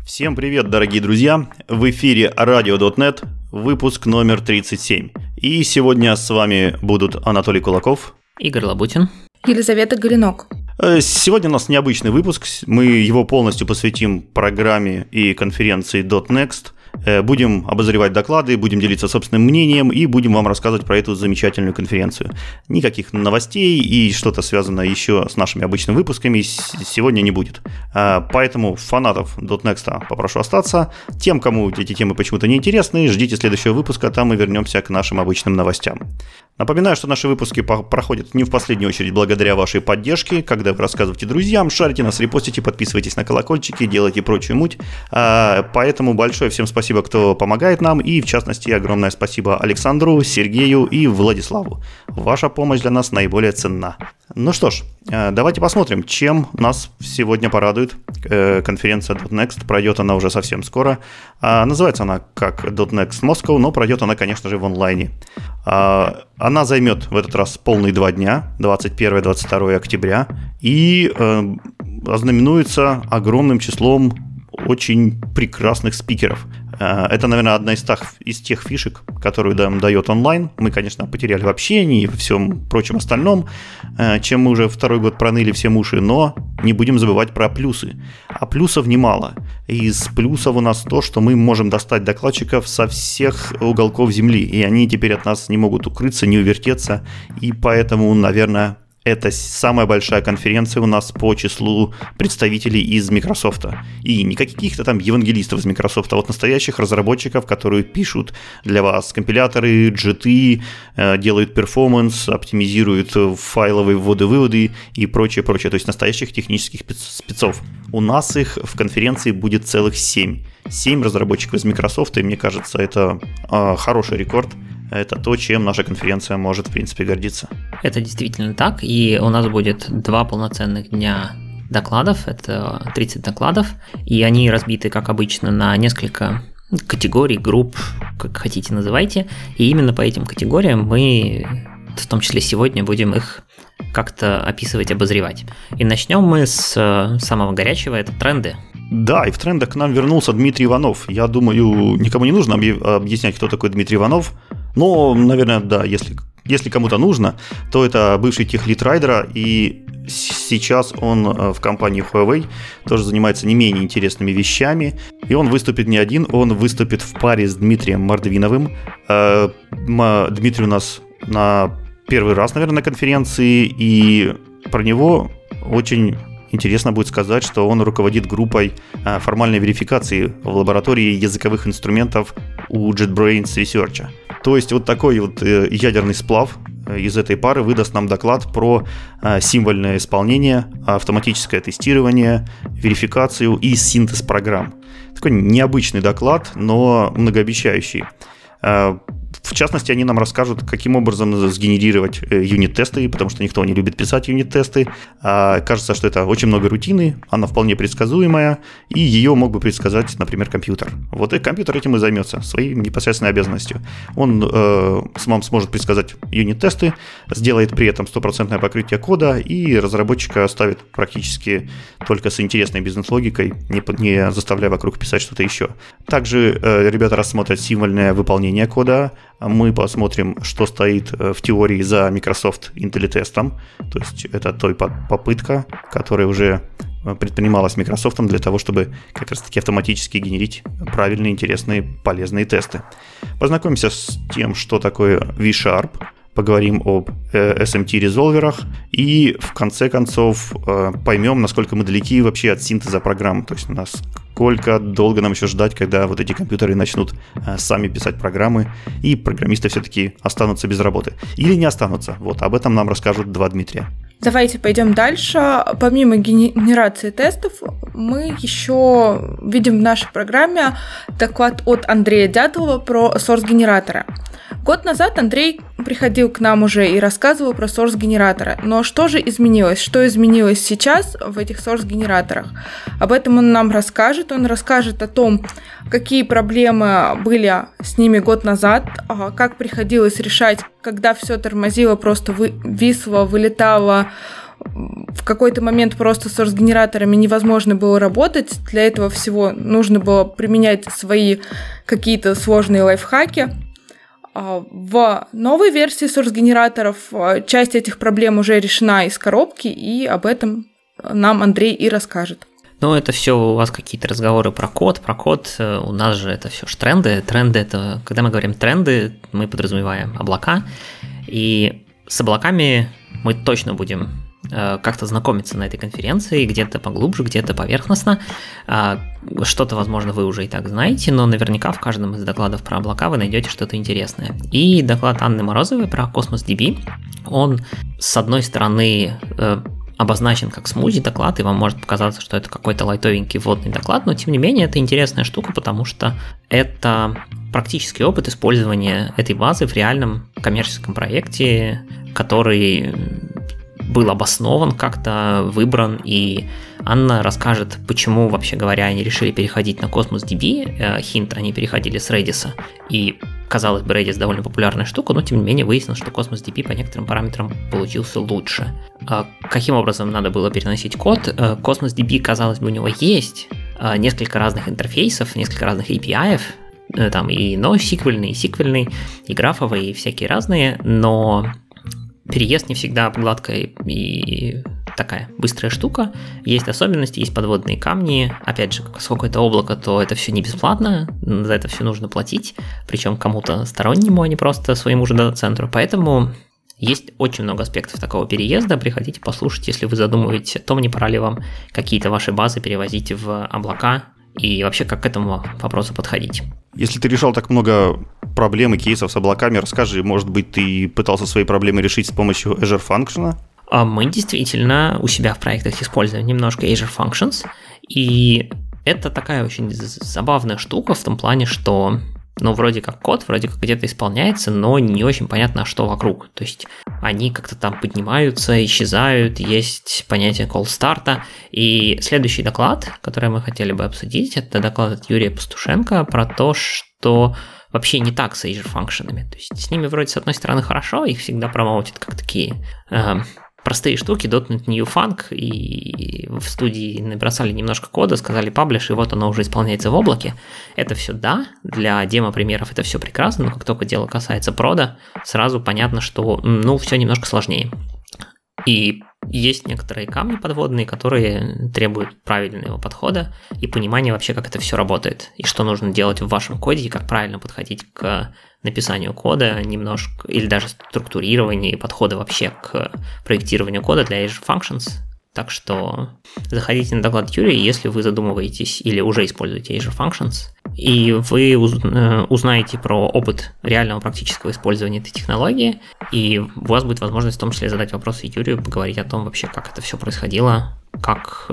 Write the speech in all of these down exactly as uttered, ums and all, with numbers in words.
Всем привет, дорогие друзья! В эфире радио точка нет, выпуск номер тридцать семь. И сегодня с вами будут Анатолий Кулаков, Игорь Лабутин, Елизавета Горинок. Сегодня у нас необычный выпуск, мы его полностью посвятим программе и конференции .next. Будем обозревать доклады, будем делиться собственным мнением и будем вам рассказывать про эту замечательную конференцию. Никаких новостей и что-то связанное еще с нашими обычными выпусками сегодня не будет. Поэтому фанатов .next попрошу остаться. Тем, кому эти темы почему-то не интересны, ждите следующего выпуска, там мы вернемся к нашим обычным новостям. Напоминаю, что наши выпуски проходят не в последнюю очередь благодаря вашей поддержке, когда вы рассказываете друзьям, шарите нас, репостите, подписывайтесь на колокольчики, делайте прочую муть. Поэтому большое всем спасибо, кто помогает нам, и в частности огромное спасибо Александру, Сергею и Владиславу. Ваша помощь для нас наиболее ценна. Ну что ж, давайте посмотрим, чем нас сегодня порадует конференция .next. Пройдет она уже совсем скоро. Называется она как .next Moscow, но пройдет она, конечно же, в онлайне. Она займет в этот раз полные два дня, двадцать первое - двадцать второе октября, и ознаменуется огромным числом очень прекрасных спикеров. Это, наверное, одна из тех, из тех фишек, которую нам дает онлайн. Мы, конечно, потеряли в общении и во всем прочем остальном, чем мы уже второй год проныли всем уши, но не будем забывать про плюсы. А плюсов немало. Из плюсов у нас то, что мы можем достать докладчиков со всех уголков Земли, и они теперь от нас не могут укрыться, не увертеться, и поэтому, наверное, это самая большая конференция у нас по числу представителей из Microsoft. И не каких-то там евангелистов из Microsoft, а вот настоящих разработчиков, которые пишут для вас компиляторы, джи ти, делают перформанс, оптимизируют файловые вводы-выводы и прочее, прочее. То есть настоящих технических спецов. У нас их в конференции будет целых семь. Семь разработчиков из Microsoft, и мне кажется, это э, хороший рекорд. Это то, чем наша конференция может, в принципе, гордиться. Это действительно так, и у нас будет два полноценных дня докладов, это тридцать докладов, и они разбиты, как обычно, на несколько категорий, групп, как хотите называйте, и именно по этим категориям мы, в том числе сегодня, будем их как-то описывать, обозревать. И начнем мы с самого горячего, это тренды. Да, и в трендах к нам вернулся Дмитрий Иванов. Я думаю, никому не нужно объяснять, кто такой Дмитрий Иванов. Но, наверное, да, если, если кому-то нужно, то это бывший техлид Райдера, и сейчас он в компании Huawei тоже занимается не менее интересными вещами. И он выступит не один, он выступит в паре с Дмитрием Мордвиновым. Дмитрий у нас на первый раз, наверное, на конференции, и про него очень интересно будет сказать, что он руководит группой формальной верификации в лаборатории языковых инструментов у JetBrains Research. То есть вот такой вот ядерный сплав из этой пары выдаст нам доклад про символьное исполнение, автоматическое тестирование, верификацию и синтез программ. Такой необычный доклад, но многообещающий. В частности, они нам расскажут, каким образом сгенерировать юнит-тесты, потому что никто не любит писать юнит-тесты. А кажется, что это очень много рутины, она вполне предсказуемая, и ее мог бы предсказать, например, компьютер. Вот и компьютер этим и займется, своей непосредственной обязанностью. Он э, вам сможет предсказать юнит-тесты, сделает при этом стопроцентное покрытие кода, и разработчика оставит практически только с интересной бизнес-логикой, не, не заставляя вокруг писать что-то еще. Также э, ребята рассмотрят символьное выполнение кода. Мы посмотрим, что стоит в теории за Microsoft IntelliTest. То есть это той попытка, которая уже предпринималась Microsoft для того, чтобы как раз-таки автоматически генерить правильные, интересные, полезные тесты. Познакомимся с тем, что такое V-Sharp. Поговорим об эс эм ти-резолверах и в конце концов поймем, насколько мы далеки вообще от синтеза программ. То есть насколько долго нам еще ждать, когда вот эти компьютеры начнут сами писать программы, и программисты все-таки останутся без работы. Или не останутся. Вот об этом нам расскажут два Дмитрия. Давайте пойдем дальше. Помимо генерации тестов, мы еще видим в нашей программе доклад от Андрея Дятлова про source-генераторы. Год назад Андрей приходил к нам уже и рассказывал про source-генераторы. Но что же изменилось? Что изменилось сейчас в этих source-генераторах? Об этом он нам расскажет. Он расскажет о том, какие проблемы были с ними год назад, как приходилось решать, когда все тормозило, просто вы, висло, вылетало, в какой-то момент просто с source-генераторами невозможно было работать. Для этого всего нужно было применять свои какие-то сложные лайфхаки. В новой версии source-генераторов часть этих проблем уже решена из коробки, и об этом нам Андрей и расскажет. Ну, это все у вас какие-то разговоры про код. Про код у нас же это все тренды. Тренды – это, когда мы говорим тренды, мы подразумеваем облака. И с облаками мы точно будем как-то знакомиться на этой конференции, где-то поглубже, где-то поверхностно. Что-то, возможно, вы уже и так знаете, но наверняка в каждом из докладов про облака вы найдете что-то интересное. И доклад Анны Морозовой про Cosmos ди би, он, с одной стороны, обозначен как смузи доклад, и вам может показаться, что это какой-то лайтовенький вводный доклад, но тем не менее это интересная штука, потому что это практический опыт использования этой базы в реальном коммерческом проекте, который был обоснован, как-то выбран, и Анна расскажет, почему, вообще говоря, они решили переходить на Cosmos ди би. Хинт, они переходили с Redis, и, казалось бы, Redis довольно популярная штука, но, тем не менее, выяснилось, что Cosmos ди би по некоторым параметрам получился лучше. Каким образом надо было переносить код? Cosmos ди би, казалось бы, у него есть несколько разных интерфейсов, несколько разных эй пи ай-ев, там и NoSQL, и сиквельный, и графовый, и всякие разные, но переезд не всегда гладкая и такая быстрая штука. Есть особенности, есть подводные камни. Опять же, поскольку это облако, то это все не бесплатно, за это все нужно платить, причем кому-то стороннему, а не просто своему же дата-центру. Поэтому есть очень много аспектов такого переезда. Приходите послушать, если вы задумываетесь о том, не пора ли вам какие-то ваши базы перевозить в облака и вообще как к этому вопросу подходить. Если ты решал так много проблем и кейсов с облаками, расскажи, может быть, ты пытался свои проблемы решить с помощью Azure Function? Мы действительно у себя в проектах используем немножко Azure Functions, и это такая очень забавная штука в том плане, что ну, вроде как код, вроде как где-то исполняется, но не очень понятно, что вокруг. То есть они как-то там поднимаются, исчезают, есть понятие call старта. И следующий доклад, который мы хотели бы обсудить, это доклад от Юрия Пастушенко про то, что вообще не так с Azure функшенами. То есть с ними вроде с одной стороны хорошо, их всегда промоутят как такие э, простые штуки, .дот нет New Funk, и в студии набросали немножко кода, сказали паблиш, и вот оно уже исполняется в облаке. Это все да, для демо-примеров это все прекрасно, но как только дело касается прода, сразу понятно, что ну все немножко сложнее. И есть некоторые камни подводные, которые требуют правильного подхода и понимания вообще, как это все работает, и что нужно делать в вашем коде, и как правильно подходить к написанию кода немножко, или даже структурированию и подхода вообще к проектированию кода для Azure Functions. Так что заходите на доклад Юрия, если вы задумываетесь или уже используете Azure Functions, и вы узнаете про опыт реального практического использования этой технологии, и у вас будет возможность в том числе задать вопросы Юрию, поговорить о том вообще, как это все происходило, как,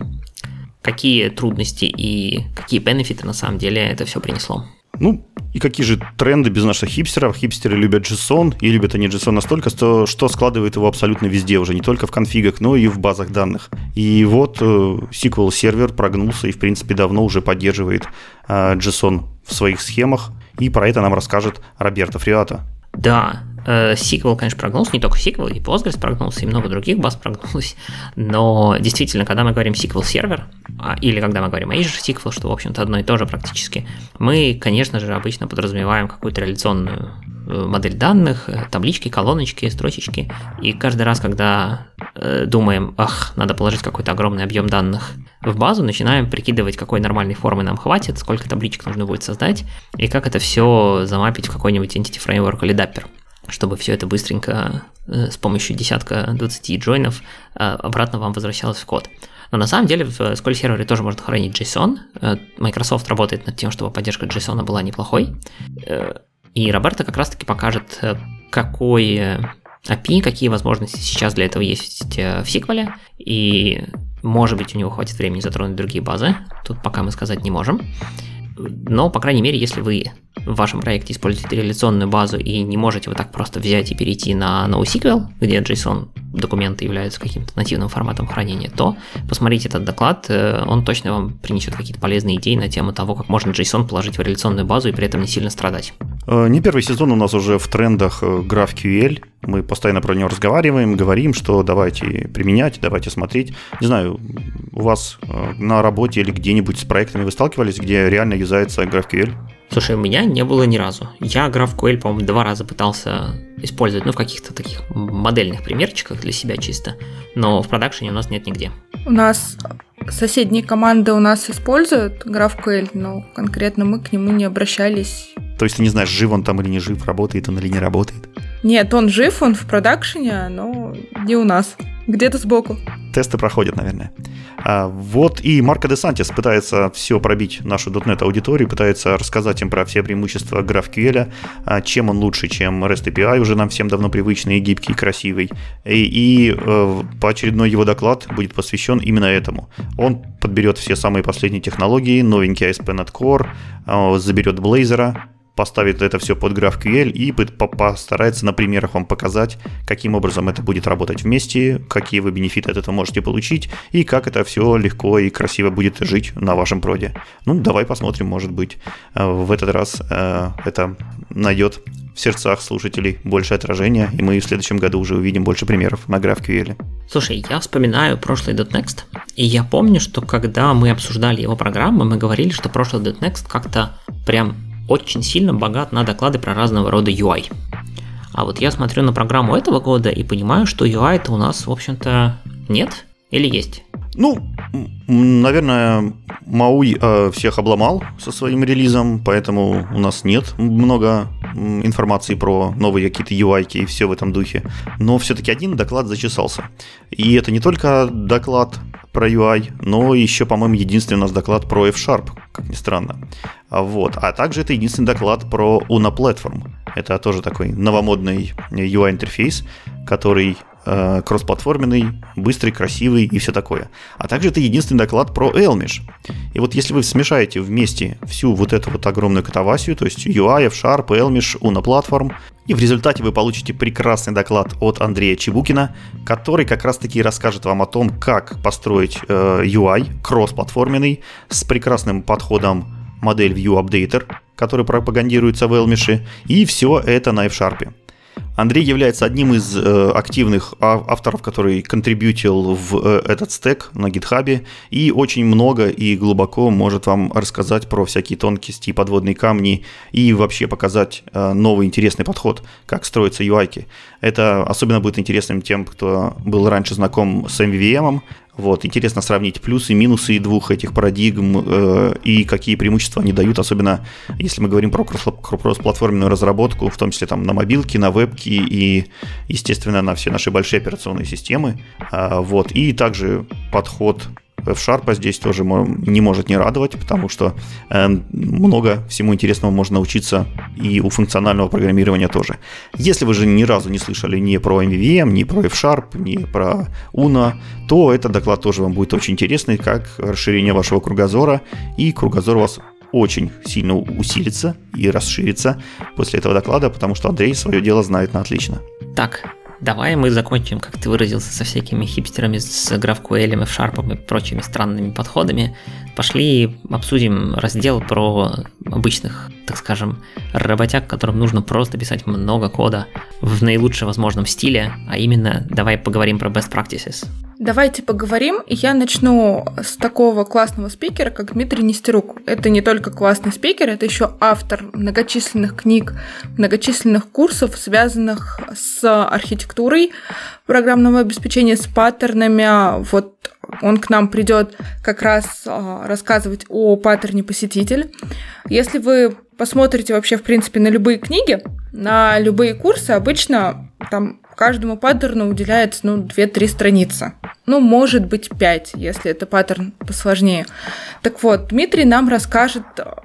какие трудности и какие бенефиты на самом деле это все принесло. Ну, и какие же тренды без наших хипстеров? Хипстеры любят JSON, и любят они JSON настолько, что, что складывает его абсолютно везде уже, не только в конфигах, но и в базах данных. И вот эс ку эль-сервер прогнулся и, в принципе, давно уже поддерживает э, JSON в своих схемах, и про это нам расскажет Роберто Фриато. Да, эс ку эль, конечно, прогнулся, не только эс ку эль, и Postgres прогнулся, и много других баз прогнулось, но действительно, когда мы говорим эс ку эль-сервер, или когда мы говорим Azure эс ку эль, что, в общем-то, одно и то же практически, мы, конечно же, обычно подразумеваем какую-то реляционную модель данных, таблички, колоночки, строчечки, и каждый раз, когда э, думаем, ах, надо положить какой-то огромный объем данных в базу, начинаем прикидывать, какой нормальной формы нам хватит, сколько табличек нужно будет создать, и как это все замапить в какой-нибудь Entity Framework или Dapper, чтобы все это быстренько э, с помощью десятка-двадцати джойнов э, обратно вам возвращалось в код. Но на самом деле в эс ку эль-сервере тоже можно хранить JSON. Microsoft работает над тем, чтобы поддержка JSON была неплохой. И Роберто как раз-таки покажет, какой эй пи ай, какие возможности сейчас для этого есть в эс ку эль. И, может быть, у него хватит времени затронуть другие базы. Тут пока мы сказать не можем. Но, по крайней мере, если вы в вашем проекте используете реляционную базу и не можете вот так просто взять и перейти на NoSQL, где JSON документы являются каким-то нативным форматом хранения, то посмотрите этот доклад, он точно вам принесет какие-то полезные идеи на тему того, как можно JSON положить в реляционную базу и при этом не сильно страдать. Не первый сезон у нас уже в трендах GraphQL. Мы постоянно про него разговариваем, говорим, что давайте применять, давайте смотреть. Не знаю, у вас на работе или где-нибудь с проектами вы сталкивались, где реально юзается GraphQL? Слушай, у меня не было ни разу. Я GraphQL, по-моему, два раза пытался использовать, ну, в каких-то таких модельных примерчиках для себя чисто, но в продакшене у нас нет нигде. У нас соседние команды у нас используют GraphQL, но конкретно мы к нему не обращались. То есть ты не знаешь, жив он там или не жив, работает он или не работает? Нет, он жив, он в продакшене, но не у нас. Где-то сбоку. Тесты проходят, наверное. А, вот и Марко де Сантис пытается все пробить нашу .дот нет аудиторию, пытается рассказать им про все преимущества GraphQL, а, чем он лучше, чем REST эй пи ай, уже нам всем давно привычный, гибкий, красивый. И, и э, поочередной его доклад будет посвящен именно этому. Он подберет все самые последние технологии, новенький эй эс пи точка нет Core, э, заберет Blazor, поставит это все под GraphQL и постарается на примерах вам показать, каким образом это будет работать вместе, какие вы бенефиты от этого можете получить и как это все легко и красиво будет жить на вашем проде. Ну, давай посмотрим, может быть, в этот раз э, это найдет в сердцах слушателей больше отражения, и мы в следующем году уже увидим больше примеров на GraphQL. Слушай, я вспоминаю прошлый .next, и я помню, что когда мы обсуждали его программы, мы говорили, что прошлый .next как-то прям очень сильно богат на доклады про разного рода ю ай. А вот я смотрю на программу этого года и понимаю, что ю ай-то у нас, в общем-то, нет или есть? Ну, наверное, Мауи э, всех обломал со своим релизом, поэтому у нас нет много информации про новые какие-то ю ай-ки и все в этом духе. Но все-таки один доклад зачесался. И это не только доклад про ю ай, но еще, по-моему, единственный у нас доклад про F-Sharp, как ни странно. Вот. А также это единственный доклад про Una Platform. Это тоже такой новомодный ю ай-интерфейс, который э, кроссплатформенный, быстрый, красивый и все такое. А также это единственный доклад про Elmish. И вот если вы смешаете вместе всю вот эту вот огромную катавасию, то есть ю ай, F-Sharp, Elmish, Una Platform, и в результате вы получите прекрасный доклад от Андрея Чебукина, который как раз-таки расскажет вам о том, как построить э, ю ай кроссплатформенный с прекрасным подходом модель View Updater, который пропагандируется в Elmish, и все это на F-Sharp. Андрей является одним из э, активных авторов, который контрибьютил в э, этот стек на GitHub, и очень много и глубоко может вам рассказать про всякие тонкости, подводные камни и вообще показать э, новый интересный подход, как строятся ю ай-ки. Это особенно будет интересным тем, кто был раньше знаком с эм ви ви эм. Вот, интересно сравнить плюсы и минусы двух этих парадигм э, и какие преимущества они дают, особенно если мы говорим про кроссплатформенную разработку, в том числе там на мобилке, на вебке и, естественно, на все наши большие операционные системы. Э, вот, и также подход F-Sharp здесь тоже не может не радовать, потому что э, много всему интересному можно научиться и у функционального программирования тоже. Если вы же ни разу не слышали ни про эм ви ви эм, ни про F-Sharp, ни про Una, то этот доклад тоже вам будет очень интересный, как расширение вашего кругозора, и кругозор у вас очень сильно усилится и расширится после этого доклада, потому что Андрей свое дело знает на отлично. Так, давай мы закончим, как ты выразился, со всякими хипстерами, с GraphQL, F-Sharp и прочими странными подходами. Пошли обсудим раздел про обычных, так скажем, работяг, которым нужно просто писать много кода в наилучшем возможном стиле, а именно давай поговорим про best practices. Давайте поговорим, и я начну с такого классного спикера, как Дмитрий Нестерук. Это не только классный спикер, это еще автор многочисленных книг, многочисленных курсов, связанных с архитектурой программного обеспечения, с паттернами. Вот он к нам придет как раз рассказывать о паттерне посетитель. Если вы посмотрите вообще, в принципе, на любые книги, на любые курсы, обычно там каждому паттерну уделяется, ну, две-три страницы. Ну, может быть, пять, если это паттерн посложнее. Так вот, Дмитрий нам расскажет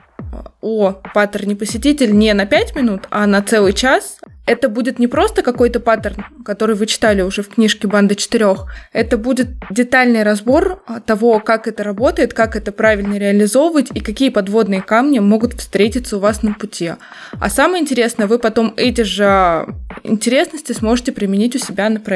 о паттерне посетитель не на пять минут, а на целый час. Это будет не просто какой-то паттерн, который вы читали уже в книжке «Банда четырех». Это будет детальный разбор того, как это работает, как это правильно реализовывать и какие подводные камни могут встретиться у вас на пути. А самое интересное, вы потом эти же интересности сможете применить у себя на проекте.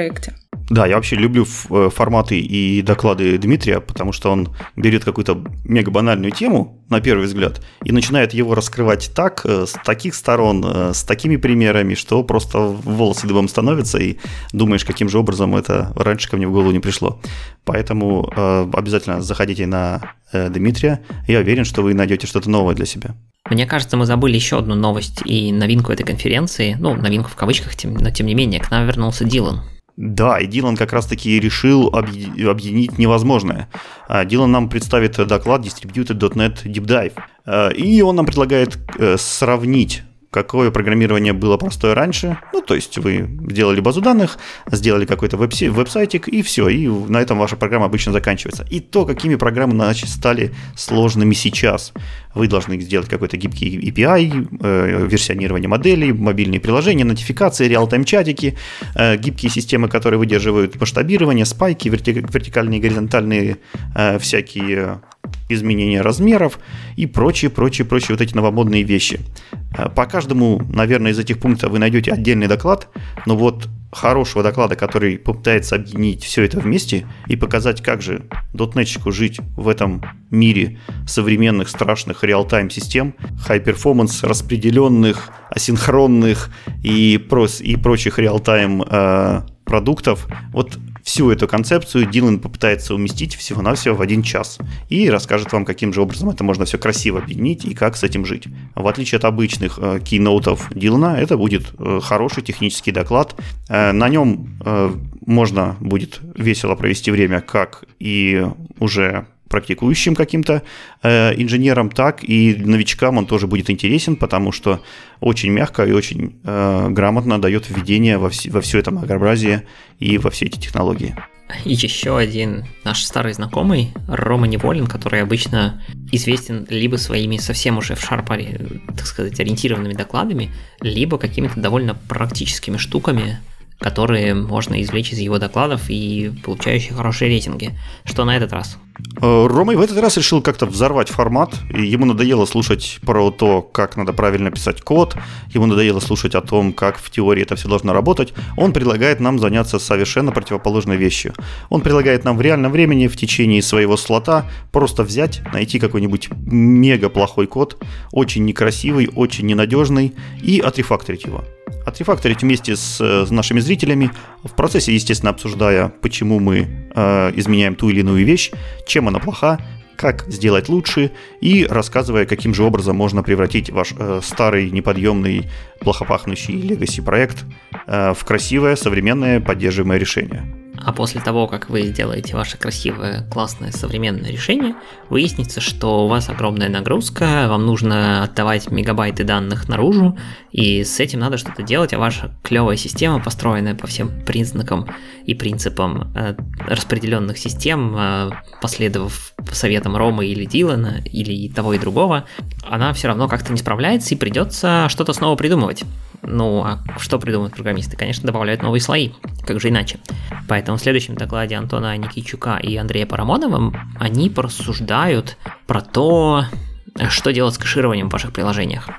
Да, я вообще люблю форматы и доклады Дмитрия, потому что он берет какую-то мега банальную тему, на первый взгляд, и начинает его раскрывать так, с таких сторон, с такими примерами, что просто волосы дыбом становятся, и думаешь, каким же образом это раньше ко мне в голову не пришло. Поэтому э, обязательно заходите на э, Дмитрия, я уверен, что вы найдете что-то новое для себя. Мне кажется, мы забыли еще одну новость и новинку этой конференции, ну, новинку в кавычках, но тем не менее, к нам вернулся Дилан. Да, и Дилан как раз-таки решил объединить невозможное. Дилан нам представит доклад Distributed точка нет Deep Dive. И он нам предлагает сравнить, какое программирование было простое раньше. Ну, то есть вы сделали базу данных, сделали какой-то веб-сайтик, и все, и на этом ваша программа обычно заканчивается. И то, какими программы стали сложными сейчас. Вы должны сделать какой-то гибкий эй пи ай, э, версионирование моделей, мобильные приложения, нотификации, реал-тайм-чатики, э, гибкие системы, которые выдерживают масштабирование, спайки, верти- вертикальные и горизонтальные э, всякие изменения размеров и прочие, прочие, прочие вот эти новомодные вещи. По каждому, наверное, из этих пунктов вы найдете отдельный доклад, но вот хорошего доклада, который попытается объединить все это вместе и показать, как же дотнетчику жить в этом мире современных страшных реал-тайм систем, high-performance, распределенных, асинхронных и, прос, и прочих реал-тайм э, продуктов. Вот всю эту концепцию Дилан попытается уместить всего-навсего в один час и расскажет вам, каким же образом это можно все красиво объединить и как с этим жить. В отличие от обычных э, кейноутов Дилана, это будет э, хороший технический доклад. Э, на нем э, можно будет весело провести время, как и уже практикующим каким-то э, инженерам, так и новичкам он тоже будет интересен, потому что очень мягко и очень э, грамотно дает введение во, вс- во все это многообразие и во все эти технологии. И еще один наш старый знакомый, Рома Неволин, который обычно известен либо своими совсем уже в шарпаре, так сказать, ориентированными докладами, либо какими-то довольно практическими штуками, которые можно извлечь из его докладов и получающие хорошие рейтинги. Что на этот раз? Рома в этот раз решил как-то взорвать формат, и ему надоело слушать про то, как надо правильно писать код, ему надоело слушать о том, как в теории это все должно работать. Он предлагает нам заняться совершенно противоположной вещью. Он предлагает нам в реальном времени, в течение своего слота, просто взять, найти какой-нибудь мега плохой код, очень некрасивый, очень ненадежный, и отрефакторить его. Отрефакторить вместе с, с нашими зрителями, в процессе, естественно, обсуждая, почему мы э, изменяем ту или иную вещь, чем она плоха, как сделать лучше, и рассказывая, каким же образом можно превратить ваш э, старый, неподъемный, плохо пахнущий legacy проект э, в красивое, современное, поддерживаемое решение. А после того, как вы сделаете ваше красивое, классное, современное решение, выяснится, что у вас огромная нагрузка, вам нужно отдавать мегабайты данных наружу, и с этим надо что-то делать, а ваша клевая система, построенная по всем признакам и принципам э, распределенных систем, э, последовав советам Ромы или Дилана, или и того и другого, она все равно как-то не справляется, и придется что-то снова придумывать. Ну, а что придумывают программисты? Конечно, добавляют новые слои, как же иначе. Поэтому в следующем докладе Антона Никитчука и Андрея Парамонова они порассуждают про то, что делать с кэшированием в ваших приложениях.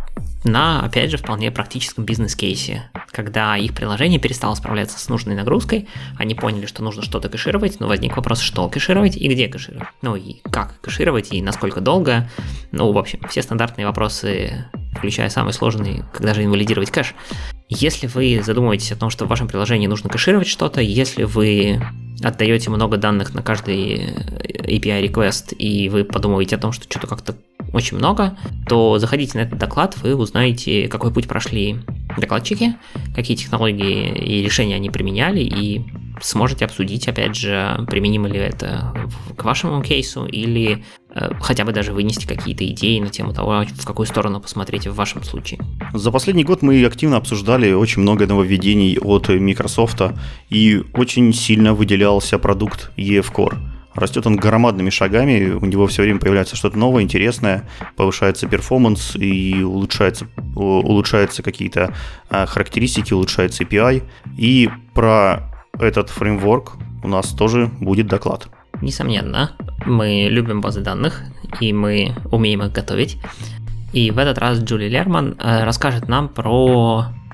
На, опять же, вполне практическом бизнес-кейсе. Когда их приложение перестало справляться с нужной нагрузкой, они поняли, что нужно что-то кэшировать, но возник вопрос, что кэшировать и где кэшировать. Ну и как кэшировать, и насколько долго. Ну, в общем, все стандартные вопросы, включая самый сложный, когда же инвалидировать кэш. Если вы задумываетесь о том, что в вашем приложении нужно кэшировать что-то, если вы отдаете много данных на каждый эй пи ай-request, и вы подумываете о том, что что-то как-то очень много, то заходите на этот доклад, вы узнаете, какой путь прошли докладчики, какие технологии и решения они применяли, и сможете обсудить, опять же, применимо ли это к вашему кейсу, или э, хотя бы даже вынести какие-то идеи на тему того, в какую сторону посмотреть в вашем случае. За последний год мы активно обсуждали очень много нововведений от Microsoft, и очень сильно выделялся продукт и эф Core. Растет он громадными шагами, у него все время появляется что-то новое, интересное, повышается перформанс и улучшается, улучшаются какие-то характеристики, улучшается эй пи ай. И про этот фреймворк у нас тоже будет доклад. Несомненно, мы любим базы данных, и мы умеем их готовить. И в этот раз Джули Лерман расскажет нам про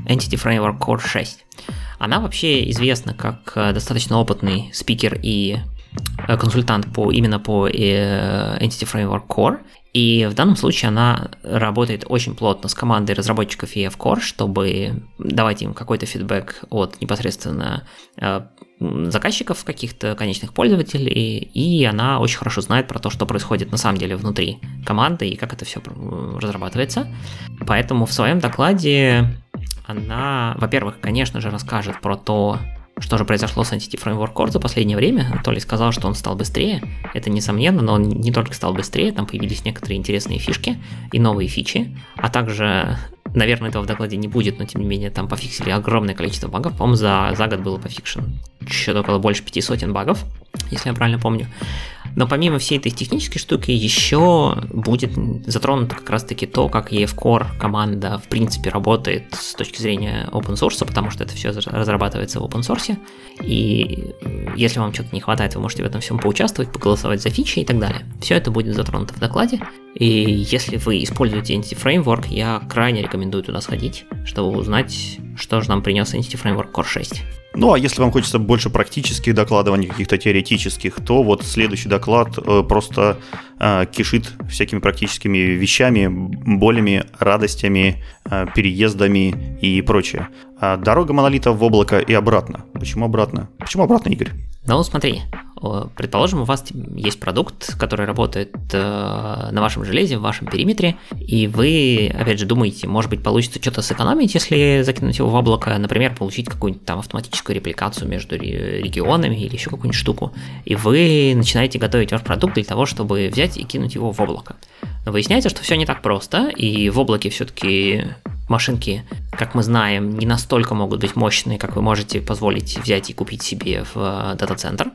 Entity Framework Core шесть. Она вообще известна как достаточно опытный спикер и консультант по, именно по Entity Framework Core. И в данном случае она работает очень плотно с командой разработчиков и эф Core, чтобы давать им какой-то фидбэк от непосредственно заказчиков, каких-то конечных пользователей, и она очень хорошо знает про то, что происходит на самом деле внутри команды и как это все разрабатывается. Поэтому в своем докладе она, во-первых, конечно же, расскажет про то, что же произошло с Entity Framework Core за последнее время. Толя сказал, что он стал быстрее. Это несомненно, но он не только стал быстрее, там появились некоторые интересные фишки и новые фичи. А также, наверное, этого в докладе не будет, но тем не менее там пофиксили огромное количество багов. По-моему, за, за год было пофикшено что-то около больше пяти сотен багов, если я правильно помню. Но помимо всей этой технической штуки еще будет затронуто как раз-таки то, как и эф Core команда в принципе работает с точки зрения open source, потому что это все разрабатывается в open source. И если вам что-то не хватает, вы можете в этом всем поучаствовать, поголосовать за фичи и так далее. Все это будет затронуто в докладе. И если вы используете Entity Framework, я крайне рекомендую туда сходить, чтобы узнать, что же нам принес Entity Framework Core шесть. Ну, а если вам хочется больше практических докладываний, каких-то теоретических, то вот следующий доклад э, просто э, кишит всякими практическими вещами, болями, радостями, э, переездами и прочее. А дорога монолита в облако и обратно. Почему обратно? Почему обратно, Игорь? Ну, смотри, предположим, у вас есть продукт, который работает э, на вашем железе, в вашем периметре, и вы, опять же, думаете, может быть, получится что-то сэкономить, если закинуть его в облако, например, получить какую-нибудь там автоматическую репликацию между регионами или еще какую-нибудь штуку, и вы начинаете готовить ваш продукт для того, чтобы взять и кинуть его в облако. Но выясняется, что все не так просто, и в облаке все-таки машинки, как мы знаем, не настолько могут быть мощные, как вы можете позволить взять и купить себе в дата-центр.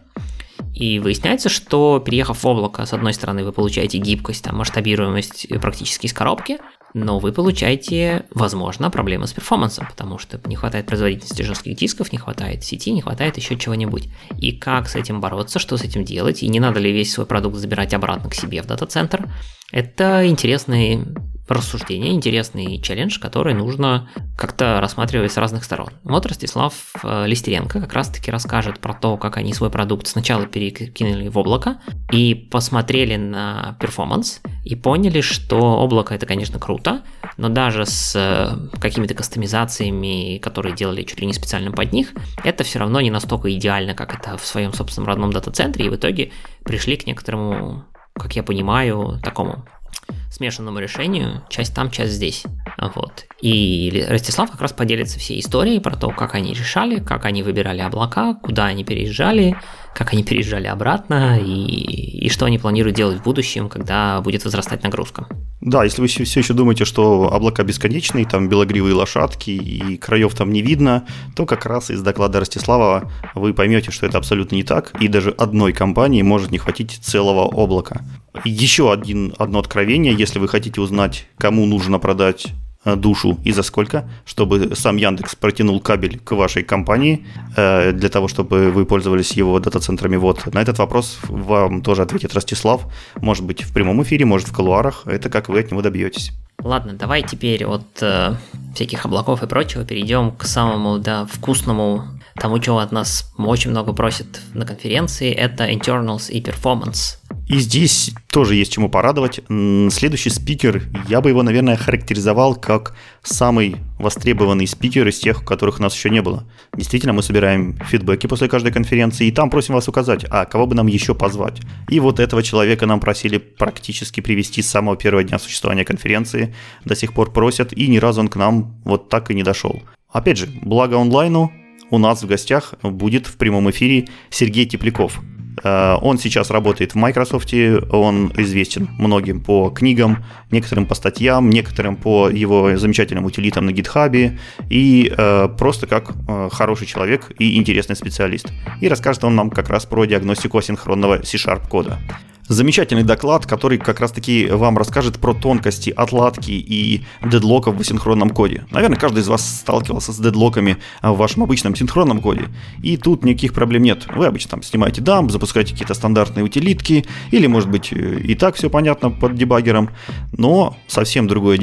И выясняется, что переехав в облако, с одной стороны, вы получаете гибкость, там, масштабируемость практически из коробки, но вы получаете, возможно, проблемы с перформансом, потому что не хватает производительности жестких дисков, не хватает сети, не хватает еще чего-нибудь. И как с этим бороться, что с этим делать, и не надо ли весь свой продукт забирать обратно к себе в дата-центр, это интересный рассуждение, интересный челлендж, который нужно как-то рассматривать с разных сторон. Вот Ростислав Листеренко как раз-таки расскажет про то, как они свой продукт сначала перекинули в облако и посмотрели на перформанс и поняли, что облако — это, конечно, круто, но даже с какими-то кастомизациями, которые делали чуть ли не специально под них, это все равно не настолько идеально, как это в своем собственном родном дата-центре, и в итоге пришли к некоторому, как я понимаю, такому смешанному решению, часть там, часть здесь. Вот. И Ростислав как раз поделится всей историей про то, как они решали, как они выбирали облака, куда они переезжали, как они переезжали обратно и, и что они планируют делать в будущем, когда будет возрастать нагрузка. Да, если вы все еще думаете, что облака бесконечные, там белогривые лошадки и краев там не видно, то как раз из доклада Ростислава вы поймете, что это абсолютно не так, и даже одной компании может не хватить целого облака. Еще один, одно откровение, если вы хотите узнать, кому нужно продать душу и за сколько, чтобы сам Яндекс протянул кабель к вашей компании э, для того, чтобы вы пользовались его дата-центрами. Вот. На этот вопрос вам тоже ответит Ростислав. Может быть, в прямом эфире, может, в кулуарах. Это как вы от него добьетесь. Ладно, давай теперь от э, всяких облаков и прочего перейдем к самому, да, вкусному, тому, чего от нас очень много просят на конференции, это internals и performance. И здесь тоже есть чему порадовать. Следующий спикер, я бы его, наверное, характеризовал как самый востребованный спикер из тех, которых у нас еще не было. Действительно, мы собираем фидбэки после каждой конференции, и там просим вас указать, а кого бы нам еще позвать. И вот этого человека нам просили практически привести с самого первого дня существования конференции. До сих пор просят, и ни разу он к нам вот так и не дошел. Опять же, благо онлайну, у нас в гостях будет в прямом эфире Сергей Тепляков. Он сейчас работает в Microsoft, он известен многим по книгам, некоторым по статьям, некоторым по его замечательным утилитам на GitHub и э, просто как э, хороший человек и интересный специалист. И расскажет он нам как раз про диагностику асинхронного C-Sharp кода. Замечательный доклад, который как раз-таки вам расскажет про тонкости отладки и дедлоков в асинхронном коде. Наверное, каждый из вас сталкивался с дедлоками в вашем обычном синхронном коде. И тут никаких проблем нет. Вы обычно там снимаете дамп, запускаете какие-то стандартные утилитки, или, может быть, и так все понятно под дебаггером. Но совсем другое дело,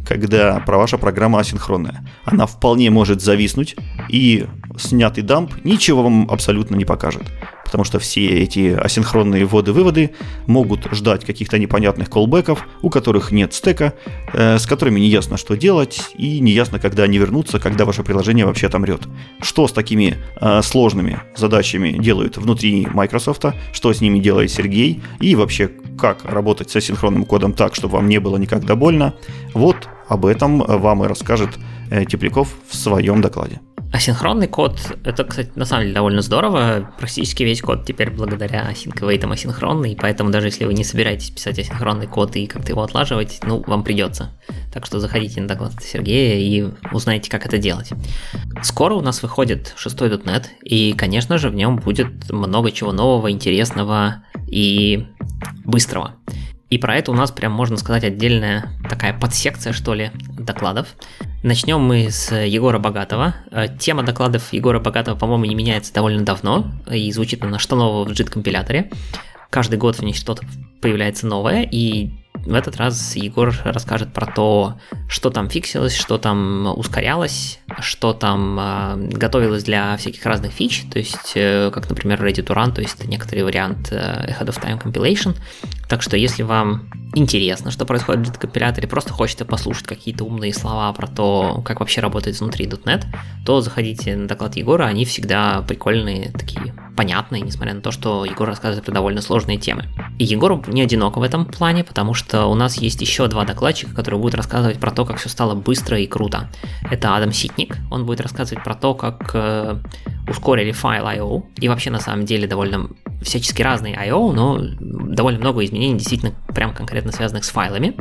когда ваша программа асинхронная. Она вполне может зависнуть, и снятый дамп ничего вам абсолютно не покажет. Потому что все эти асинхронные вводы-выводы могут ждать каких-то непонятных колбеков, у которых нет стека, э, с которыми не ясно, что делать, и не ясно, когда они вернутся, когда ваше приложение вообще отомрет. Что с такими э, сложными задачами делают внутри Microsoft, что с ними делает Сергей, и вообще, как работать с асинхронным кодом так, чтобы вам не было никогда больно, вот об этом вам и расскажет э, Тепляков в своем докладе. Асинхронный код, это, кстати, на самом деле довольно здорово. Практически весь код теперь благодаря async-await асинхронный, поэтому даже если вы не собираетесь писать асинхронный код и как-то его отлаживать, ну, вам придется. Так что заходите на доклад Сергея и узнаете, как это делать. Скоро у нас выходит шестой .дот нет, и, конечно же, в нем будет много чего нового, интересного и быстрого. И про это у нас прям, можно сказать, отдельная такая подсекция, что ли, докладов. Начнем мы с Егора Богатова. Тема докладов Егора Богатова, по-моему, не меняется довольно давно, и звучит она «Что нового в джит-компиляторе?». Каждый год в ней что-то появляется новое, и в этот раз Егор расскажет про то, что там фиксилось, что там ускорялось, что там э, готовилось для всяких разных фич, то есть, э, как, например, ready to run, то есть некоторый вариант э, ahead of time compilation. Так что, если вам интересно, что происходит в джит-компиляторе, просто хочется послушать какие-то умные слова про то, как вообще работает внутри .дот нет, то заходите на доклад Егора, они всегда прикольные, такие понятные, несмотря на то, что Егор рассказывает про довольно сложные темы. И Егор не одинок в этом плане, потому что у нас есть еще два докладчика, которые будут рассказывать про то, как все стало быстро и круто. Это Адам Ситник, он будет рассказывать про то, как э, ускорили файл ай о, и вообще на самом деле довольно всячески разные ай о, но довольно много изменений действительно прям конкретно связанных с файлами.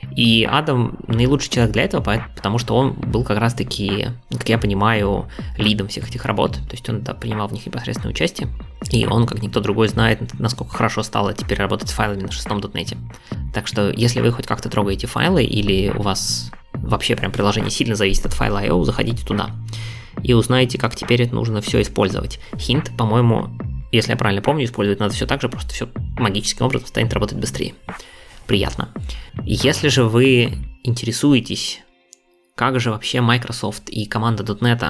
И Адам наилучший человек для этого, потому что он был как раз-таки, как я понимаю, лидом всех этих работ, то есть он да, принимал в них непосредственное участие, и он, как никто другой, знает, насколько хорошо стало теперь работать с файлами на шестом .дот нет. Так что, если вы хоть как-то трогаете файлы, или у вас вообще прям приложение сильно зависит от файла ай о, заходите туда и узнаете, как теперь это нужно все использовать. Хинт, по-моему, если я правильно помню, использовать надо все так же, просто все магическим образом станет работать быстрее. Приятно. Если же вы интересуетесь, как же вообще Microsoft и команда .дот нет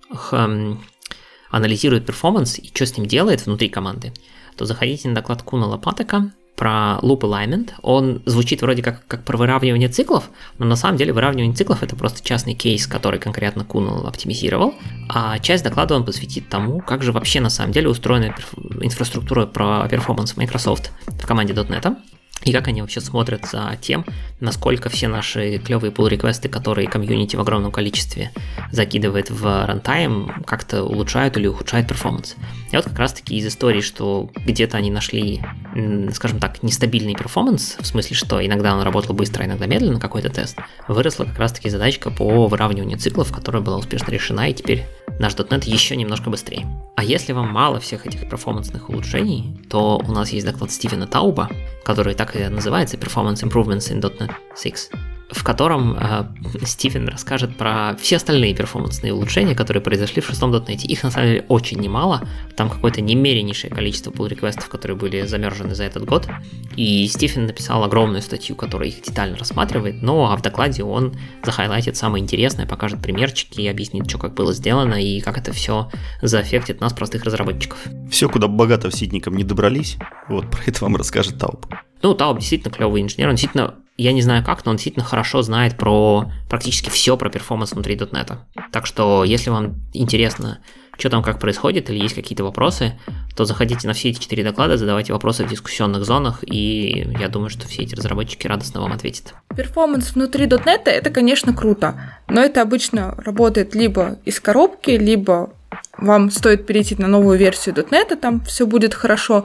хм, анализирует перформанс и что с ним делает внутри команды, то заходите на доклад Куна Лопатека про loop alignment. Он звучит вроде как, как про выравнивание циклов, но на самом деле выравнивание циклов — это просто частный кейс, который конкретно Кунал оптимизировал, а часть доклада он посвятит тому, как же вообще на самом деле устроена инфраструктура про перформанс Microsoft в команде .дот нет, и как они вообще смотрят за тем, насколько все наши клевые pull-реквесты, которые комьюнити в огромном количестве закидывает в рантайм, как-то улучшают или ухудшают перформанс. И вот как раз-таки из истории, что где-то они нашли, скажем так, нестабильный перформанс, в смысле, что иногда он работал быстро, иногда медленно, какой-то тест, выросла как раз-таки задачка по выравниванию циклов, которая была успешно решена, и теперь наш .дот нет еще немножко быстрее. А если вам мало всех этих перформансных улучшений, то у нас есть доклад Стивена Тауба, который так и называется Performance Improvements in .дот нет шесть, в котором э, Стивен расскажет про все остальные перформансные улучшения, которые произошли в шестом .дот нет. Их на самом деле очень немало, там какое-то немеренейшее количество pull-реквестов, которые были замержены за этот год, и Стивен написал огромную статью, которая их детально рассматривает, но а в докладе он захайлайтит самое интересное, покажет примерчики, объяснит, что как было сделано и как это все заэффектит нас, простых разработчиков. Все, куда богато в Ситником не добрались, вот про это вам расскажет Тауб. Ну, Тауб действительно клевый инженер, он действительно, я не знаю как, но он действительно хорошо знает про практически все про перформанс внутри .дот нет. Так что, если вам интересно, что там как происходит, или есть какие-то вопросы, то заходите на все эти четыре доклада, задавайте вопросы в дискуссионных зонах, и я думаю, что все эти разработчики радостно вам ответят. Перформанс внутри .дот нет — это, конечно, круто, но это обычно работает либо из коробки, либо вам стоит перейти на новую версию .дот нет, там все будет хорошо.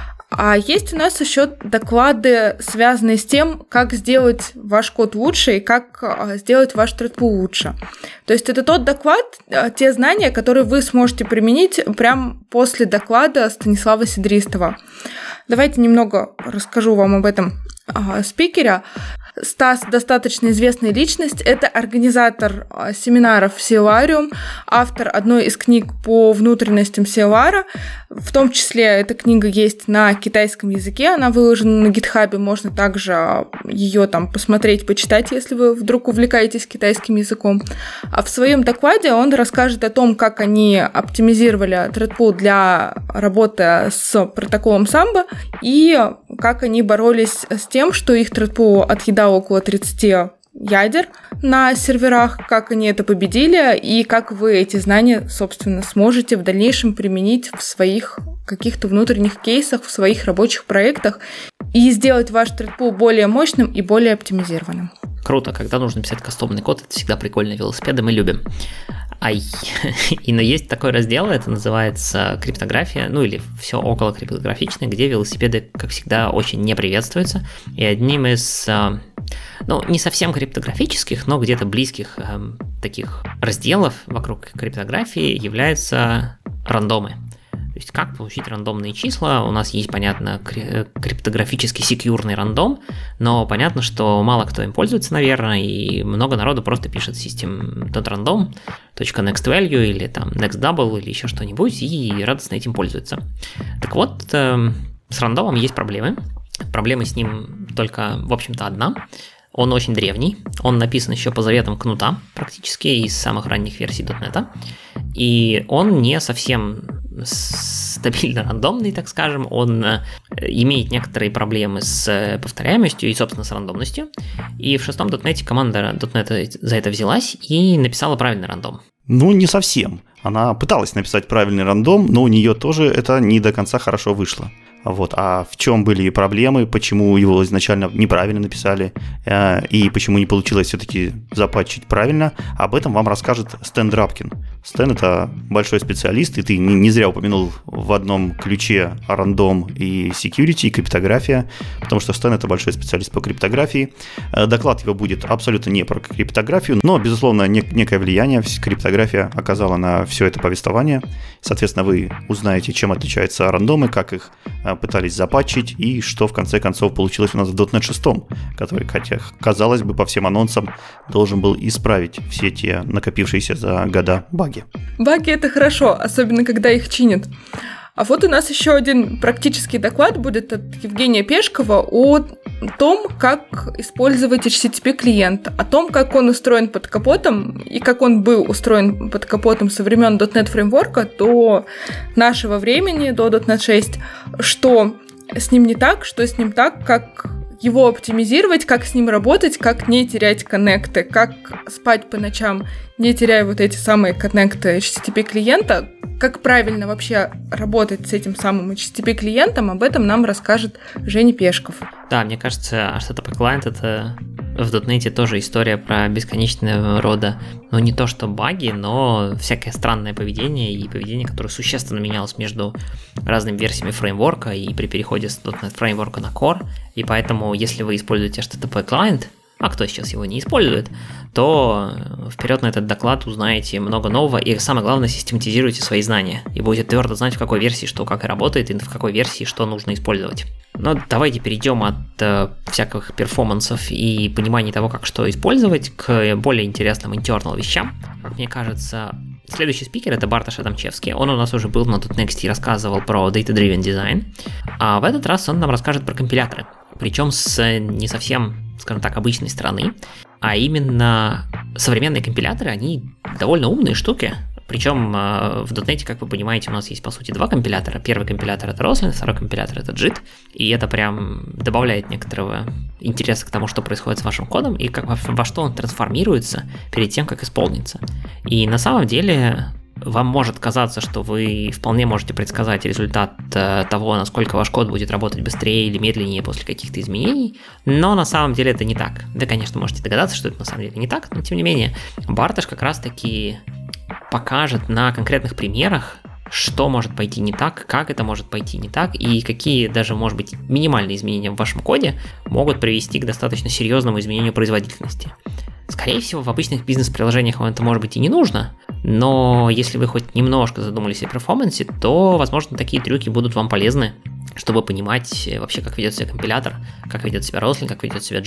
А есть у нас еще доклады, связанные с тем, как сделать ваш код лучше и как сделать ваш thread-pool лучше. То есть это тот доклад, те знания, которые вы сможете применить прямо после доклада Станислава Сидристова. Давайте немного расскажу вам об этом спикере. Стас достаточно известная личность. Это организатор семинаров Силариум, автор одной из книг по внутренностям Силара. В том числе эта книга есть на китайском языке, она выложена на GitHub, можно также ее там посмотреть, почитать, если вы вдруг увлекаетесь китайским языком. А в своем докладе он расскажет о том, как они оптимизировали Threadpool для работы с протоколом Samba и как они боролись с тем, что их Threadpool отъедал около тридцать ядер на серверах, как они это победили и как вы эти знания, собственно, сможете в дальнейшем применить в своих каких-то внутренних кейсах, в своих рабочих проектах и сделать ваш Threadpool более мощным и более оптимизированным. Круто, когда нужно писать кастомный код, это всегда прикольно, велосипеды мы любим. Ай. И, но есть такой раздел, это называется криптография, ну или все около криптографичное, где велосипеды, как всегда, очень не приветствуются. И одним из, ну, не совсем криптографических, но где-то близких э, таких разделов вокруг криптографии являются рандомы. То есть как получить рандомные числа? У нас есть, понятно, криптографический секьюрный рандом, но понятно, что мало кто им пользуется, наверное, и много народу просто пишет system.random, .nextValue или там nextDouble или еще что-нибудь и радостно этим пользуется. Так вот, с рандомом есть проблемы. Проблема с ним только, в общем-то, одна. Он очень древний, он написан еще по заветам Кнута, практически из самых ранних версий .дот нет, и он не совсем стабильно рандомный, так скажем, он имеет некоторые проблемы с повторяемостью и, собственно, с рандомностью, и в шестом .дот нет команда .дот нет за это взялась и написала правильный рандом. Ну, не совсем. Она пыталась написать правильный рандом, но у нее тоже это не до конца хорошо вышло. Вот. А в чем были проблемы, почему его изначально неправильно написали э, и почему не получилось все-таки запатчить правильно, об этом вам расскажет Стэн Драбкин. Стэн – это большой специалист, и ты не, не зря упомянул в одном ключе рандом и security, и криптография, потому что Стэн – это большой специалист по криптографии. Э, доклад его будет абсолютно не про криптографию, но, безусловно, не, некое влияние криптография оказала на все это повествование. Соответственно, вы узнаете, чем отличаются рандомы, как их пытались запатчить, и что в конце концов получилось у нас в .дот нет шесть, который, хотя, казалось бы, по всем анонсам должен был исправить все те накопившиеся за года баги. Баги — это хорошо, особенно когда их чинят. А вот у нас еще один практический доклад будет от Евгения Пешкова о том, как использовать эйч ти ти пи-клиент, о том, как он устроен под капотом и как он был устроен под капотом со времен .дот нет фреймворка до нашего времени, до .дот нет шесть, что с ним не так, что с ним так, как его оптимизировать, как с ним работать, как не терять коннекты, как спать по ночам, не теряя вот эти самые коннекты эйч ти ти пи-клиента, как правильно вообще работать с этим самым эйч ти ти пи-клиентом, об этом нам расскажет Женя Пешков. Да, мне кажется, эйч ти ти пи-клиент — это в .дот нет тоже история про бесконечного рода, ну не то что баги, но всякое странное поведение и поведение, которое существенно менялось между разными версиями фреймворка и при переходе с .дот нет фреймворка на Core, и поэтому если вы используете эйч ти ти пи-клиент, а кто сейчас его не использует, то вперед на этот доклад узнаете много нового и, самое главное, систематизируйте свои знания и будете твердо знать, в какой версии что как и работает и в какой версии что нужно использовать. Но давайте перейдем от э, всяких перформансов и понимания того, как что использовать, к более интересным internal вещам. Как мне кажется, следующий спикер — это Бартош Адамчевский. Он у нас уже был на .дот некст и рассказывал про Data-Driven Design, а в этот раз он нам расскажет про компиляторы. Причем с не совсем, скажем так, обычной стороны, а именно современные компиляторы, они довольно умные штуки. Причем в .дот нет, как вы понимаете, у нас есть, по сути, два компилятора. Первый компилятор — это Roslyn, второй компилятор — это джит. И это прям добавляет некоторого интереса к тому, что происходит с вашим кодом и как, во что он трансформируется перед тем, как исполнится. И на самом деле вам может казаться, что вы вполне можете предсказать результат того, насколько ваш код будет работать быстрее или медленнее после каких-то изменений, но на самом деле это не так. Вы, конечно, можете догадаться, что это на самом деле не так, но тем не менее, Бартош как раз-таки покажет на конкретных примерах, что может пойти не так, как это может пойти не так, и какие даже, может быть, минимальные изменения в вашем коде могут привести к достаточно серьезному изменению производительности. Скорее всего, в обычных бизнес-приложениях вам это, может быть, и не нужно, но если вы хоть немножко задумались о перформансе, то, возможно, такие трюки будут вам полезны, чтобы понимать вообще, как ведет себя компилятор, как ведет себя Roslyn, как ведет себя джит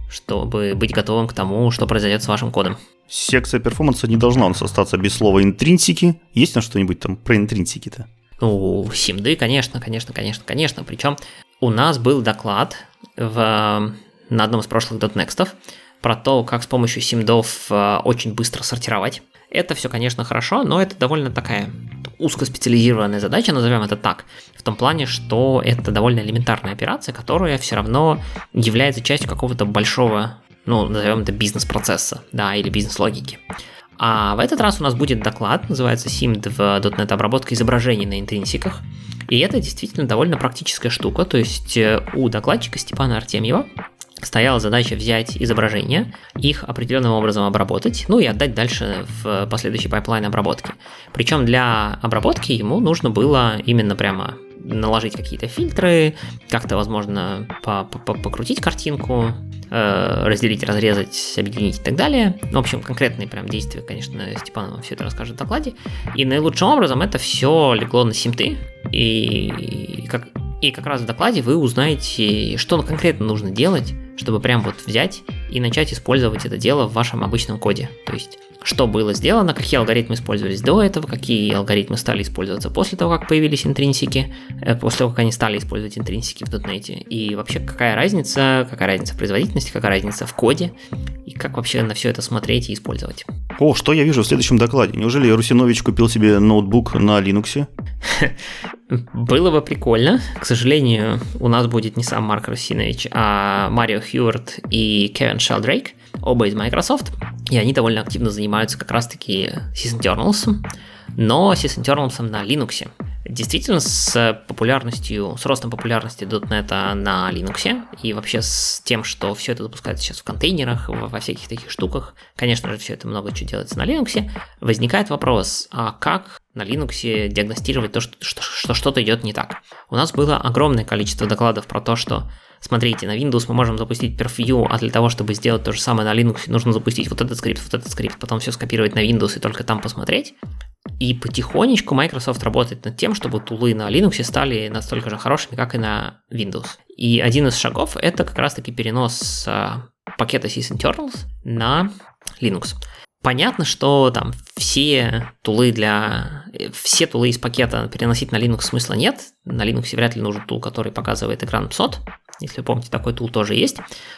чтобы быть готовым к тому, что произойдет с вашим кодом. Секция перформанса не должна у нас остаться без слова интринсики. Есть на что-нибудь там про интринсики-то? Ну, симды, конечно, конечно, конечно, конечно. Причем у нас был доклад в, на одном из прошлых .некстов про то, как с помощью симдов очень быстро сортировать. Это все, конечно, хорошо, но это довольно такая узкоспециализированная задача, назовем это так, в том плане, что это довольно элементарная операция, которая все равно является частью какого-то большого, ну, назовем это бизнес-процесса, да, или бизнес-логики. А в этот раз у нас будет доклад, называется симд в .дот нет обработка изображений на интринсиках, и это действительно довольно практическая штука, то есть у докладчика Степана Артемьева стояла задача взять изображения, их определенным образом обработать, ну и отдать дальше в последующий пайплайн обработки. Причем для обработки ему нужно было именно прямо наложить какие-то фильтры, как-то, возможно, покрутить картинку, разделить, разрезать, объединить и так далее. В общем, конкретные прям действия, конечно, Степан вам все это расскажет в докладе. И наилучшим образом это все легло на симты, и как, и как раз в докладе вы узнаете, что конкретно нужно делать, чтобы прям вот взять и начать использовать это дело в вашем обычном коде. То есть, что было сделано, какие алгоритмы использовались до этого, какие алгоритмы стали использоваться после того, как появились интринсики, после того, как они стали использовать интринсики в .дот нет, и вообще какая разница, какая разница в производительности, какая разница в коде, и как вообще на все это смотреть и использовать. О, что я вижу в следующем докладе? Неужели Русинович купил себе ноутбук на Linux? Было бы прикольно. К сожалению, у нас будет не сам Марк Русинович, а Марио Хьюарт и Кевин Шелдрейк, оба из Microsoft, и они довольно активно занимаются как раз-таки sysinternals, но sysinternals на Linux. Действительно, с популярностью, с ростом популярности .дот нет на Linux и вообще с тем, что все это запускается сейчас в контейнерах, во всяких таких штуках, конечно же, все это много чего делается на Linux, возникает вопрос, а как на Linux диагностировать то, что, что, что что-то идет не так? У нас было огромное количество докладов про то, что смотрите, на Windows мы можем запустить perfview, а для того, чтобы сделать то же самое на Linux, нужно запустить вот этот скрипт, вот этот скрипт, потом все скопировать на Windows и только там посмотреть. И потихонечку Microsoft работает над тем, чтобы тулы на Linux стали настолько же хорошими, как и на Windows. И один из шагов — это как раз-таки перенос а, пакета sysinternals на Linux. Понятно, что там все тулы для... Все тулы из пакета переносить на Linux смысла нет. На Linux вряд ли нужен тул, который показывает экран псот. Если вы помните, такой тул тоже есть.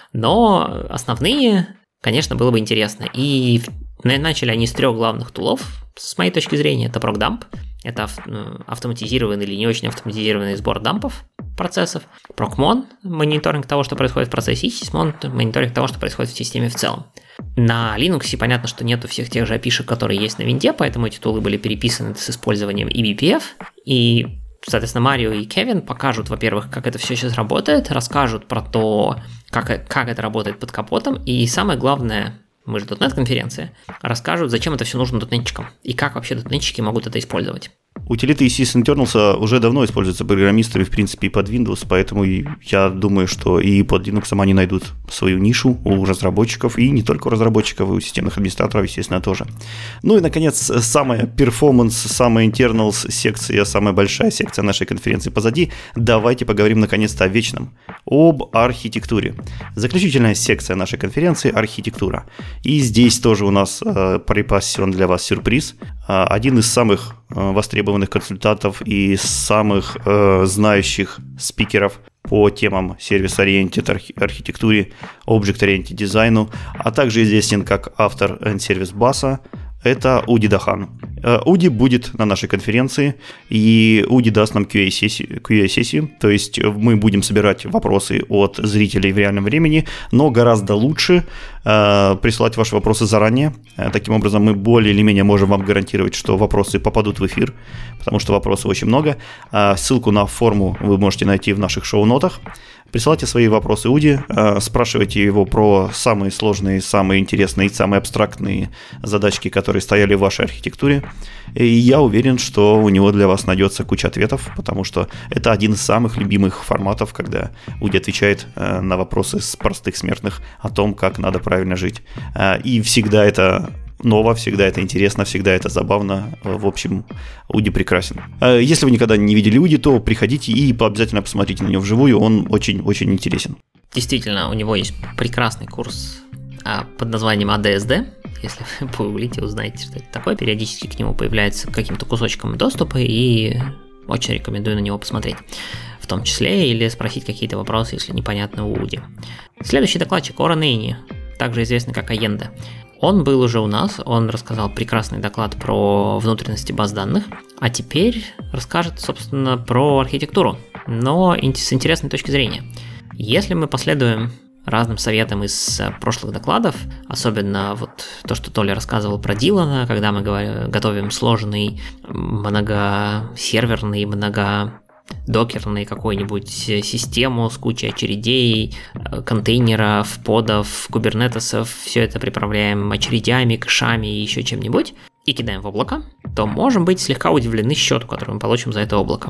Но основные, конечно, было бы интересно. И начали они с трех главных тулов, с моей точки зрения. Это ProcDump. Это автоматизированный или не очень автоматизированный сбор дампов процессов. ProcMon – мониторинг того, что происходит в процессе. И Sysmon – мониторинг того, что происходит в системе в целом. На Linux понятно, что нету всех тех же эй пи ай-шек, которые есть на винде, поэтому эти тулы были переписаны с использованием и би пи эф. И, соответственно, Марио и Кевин покажут, во-первых, как это все сейчас работает, расскажут про то, как, как это работает под капотом, и самое главное, мы же .дот нет конференция, расскажут, зачем это все нужно дотнетчикам и как вообще дотнетчики могут это использовать. Утилиты из sysinternals уже давно используются программистами, в принципе, и под Windows, поэтому я думаю, что и под Linux они найдут свою нишу у разработчиков, и не только у разработчиков, и у системных администраторов, естественно, тоже. Ну и, наконец, самая перформанс, самая internals секция, самая большая секция нашей конференции позади. Давайте поговорим, наконец-то, о вечном, об архитектуре. Заключительная секция нашей конференции – архитектура. И здесь тоже у нас э, припасен для вас сюрприз. Э, один из самых э, востребованных консультантов и самых э, знающих спикеров по темам сервис-ориентед архитектуре, объект-ориентед дизайну, а также известен как автор сервис баса. Это Уди Дахан. Уди будет на нашей конференции, и Уди даст нам кью эй-сессию, кью эй-сессию, то есть мы будем собирать вопросы от зрителей в реальном времени, но гораздо лучше э, присылать ваши вопросы заранее. Таким образом, мы более или менее можем вам гарантировать, что вопросы попадут в эфир, потому что вопросов очень много. Ссылку на форму вы можете найти в наших шоу-нотах. Присылайте свои вопросы Уди, спрашивайте его про самые сложные, самые интересные и самые абстрактные задачки, которые стояли в вашей архитектуре. И я уверен, что у него для вас найдется куча ответов, потому что это один из самых любимых форматов, когда Уди отвечает на вопросы с простых смертных о том, как надо правильно жить. И всегда это ново, всегда это интересно, всегда это забавно. В общем, Уди прекрасен. Если вы никогда не видели Уди, то приходите и обязательно посмотрите на него вживую, он очень-очень интересен. Действительно, у него есть прекрасный курс под названием эй ди эс ди. Если вы погуглите, узнаете, что это такое. Периодически к нему появляется каким-то кусочком доступа, и очень рекомендую на него посмотреть. В том числе или спросить какие-то вопросы, если непонятно у Уди. Следующий докладчик Орен Эйни, также известный как Аенда. Он был уже у нас, он рассказал прекрасный доклад про внутренности баз данных, а теперь расскажет, собственно, про архитектуру, но с интересной точки зрения. Если мы последуем разным советам из прошлых докладов, особенно вот то, что Толя рассказывал про Дилана, когда мы готовим сложный многосерверный, многодокерный какую-нибудь систему с кучей очередей, контейнеров, подов, кубернетесов, все это приправляем очередями, кэшами и еще чем-нибудь, и кидаем в облако, то можем быть слегка удивлены счету, который мы получим за это облако.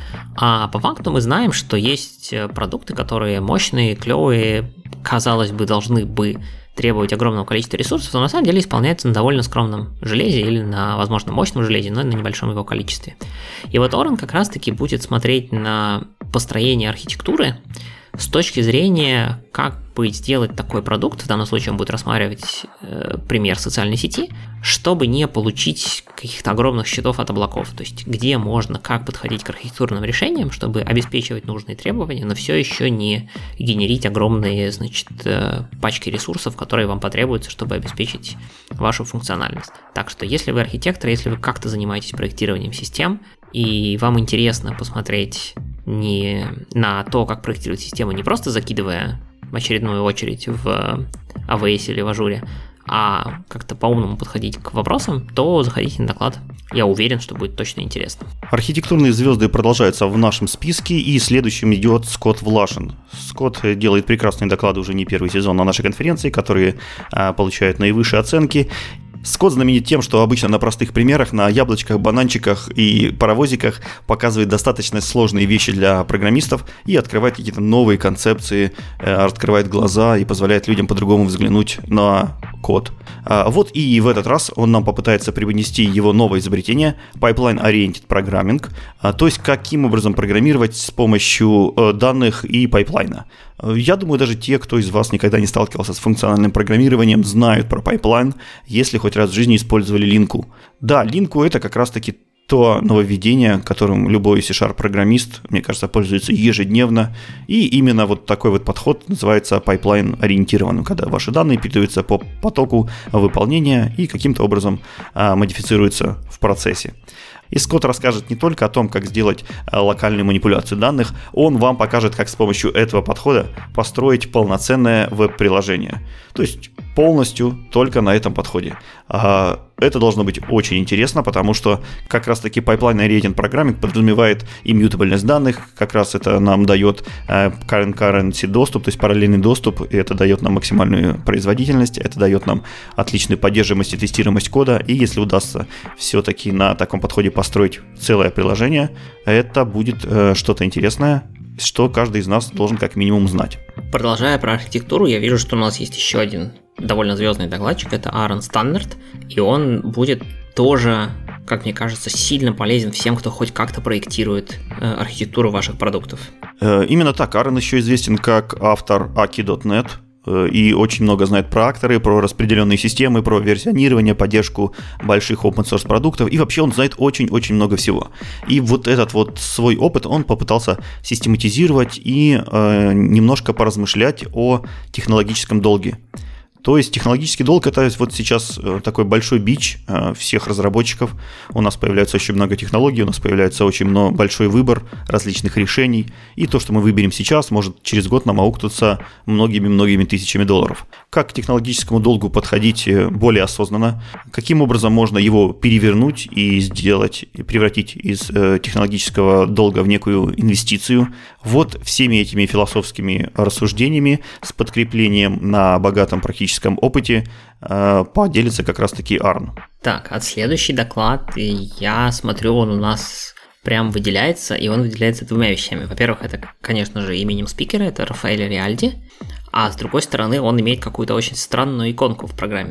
А по факту мы знаем, что есть продукты, которые мощные, клевые, казалось бы, должны бы требовать огромного количества ресурсов, но на самом деле исполняются на довольно скромном железе или на, возможно, мощном железе, но на небольшом его количестве. И вот Орен как раз-таки будет смотреть на построение архитектуры с точки зрения, как бы сделать такой продукт, в данном случае он будет рассматривать э, пример социальной сети, чтобы не получить каких-то огромных счетов от облаков, то есть где можно, как подходить к архитектурным решениям, чтобы обеспечивать нужные требования, но все еще не генерить огромные, значит, э, пачки ресурсов, которые вам потребуются, чтобы обеспечить вашу функциональность. Так что если вы архитектор, если вы как-то занимаетесь проектированием систем, и вам интересно посмотреть не на то, как проектировать систему, не просто закидывая очередную очередь в эй ви эс или в Ажуре, а как-то по-умному подходить к вопросам, то заходите на доклад. Я уверен, что будет точно интересно. Архитектурные звезды продолжаются в нашем списке, и следующим идет Скотт Влашин. Скотт делает прекрасные доклады уже не первый сезон на нашей конференции, которые а, получают наивысшие оценки. Скотт знаменит тем, что обычно на простых примерах, на яблочках, бананчиках и паровозиках показывает достаточно сложные вещи для программистов и открывает какие-то новые концепции, открывает глаза и позволяет людям по-другому взглянуть на код. Вот и в этот раз он нам попытается преподнести его новое изобретение Pipeline Oriented Programming, то есть каким образом программировать с помощью данных и пайплайна. Я думаю, даже те, кто из вас никогда не сталкивался с функциональным программированием, знают про пайплайн, если хоть раз в жизни использовали линку. Да, линку — это как раз-таки то нововведение, которым любой C-Sharp-программист, мне кажется, пользуется ежедневно. И именно вот такой вот подход называется пайплайн-ориентированным, когда ваши данные передаются по потоку выполнения и каким-то образом а, модифицируются в процессе. И Скотт расскажет не только о том, как сделать локальную манипуляцию данных, он вам покажет, как с помощью этого подхода построить полноценное веб-приложение. То есть полностью только на этом подходе. Это должно быть очень интересно, потому что как раз-таки Pipeline Oriented Programming подразумевает иммутабельность данных, как раз это нам дает concurrency доступ, то есть параллельный доступ, и это дает нам максимальную производительность, это дает нам отличную поддерживаемость и тестируемость кода, и если удастся все-таки на таком подходе построить целое приложение, это будет что-то интересное, что каждый из нас должен как минимум знать. Продолжая про архитектуру, я вижу, что у нас есть еще один довольно звездный докладчик, это Аарон Станнард, и он будет тоже, как мне кажется, сильно полезен всем, кто хоть как-то проектирует э, архитектуру ваших продуктов. Э, именно так. Аарон еще известен как автор эй кей точка нет э, и очень много знает про акторы, про распределенные системы, про версионирование, поддержку больших open-source продуктов, и вообще он знает очень-очень много всего. И вот этот вот свой опыт он попытался систематизировать и э, немножко поразмышлять о технологическом долге. То есть технологический долг — это вот сейчас такой большой бич всех разработчиков. У нас появляется очень много технологий, у нас появляется очень много, большой выбор различных решений. И то, что мы выберем сейчас, может через год нам аукнуться многими-многими тысячами долларов. Как к технологическому долгу подходить более осознанно? Каким образом можно его перевернуть и сделать, превратить из технологического долга в некую инвестицию? Вот всеми этими философскими рассуждениями с подкреплением на богатом практическом опыте э, поделится как раз-таки Аарон. Так, а следующий доклад, я смотрю, он у нас прям выделяется, и он выделяется двумя вещами. Во-первых, это, конечно же, именем спикера, это Рафаэль Риальди, а с другой стороны, он имеет какую-то очень странную иконку в программе.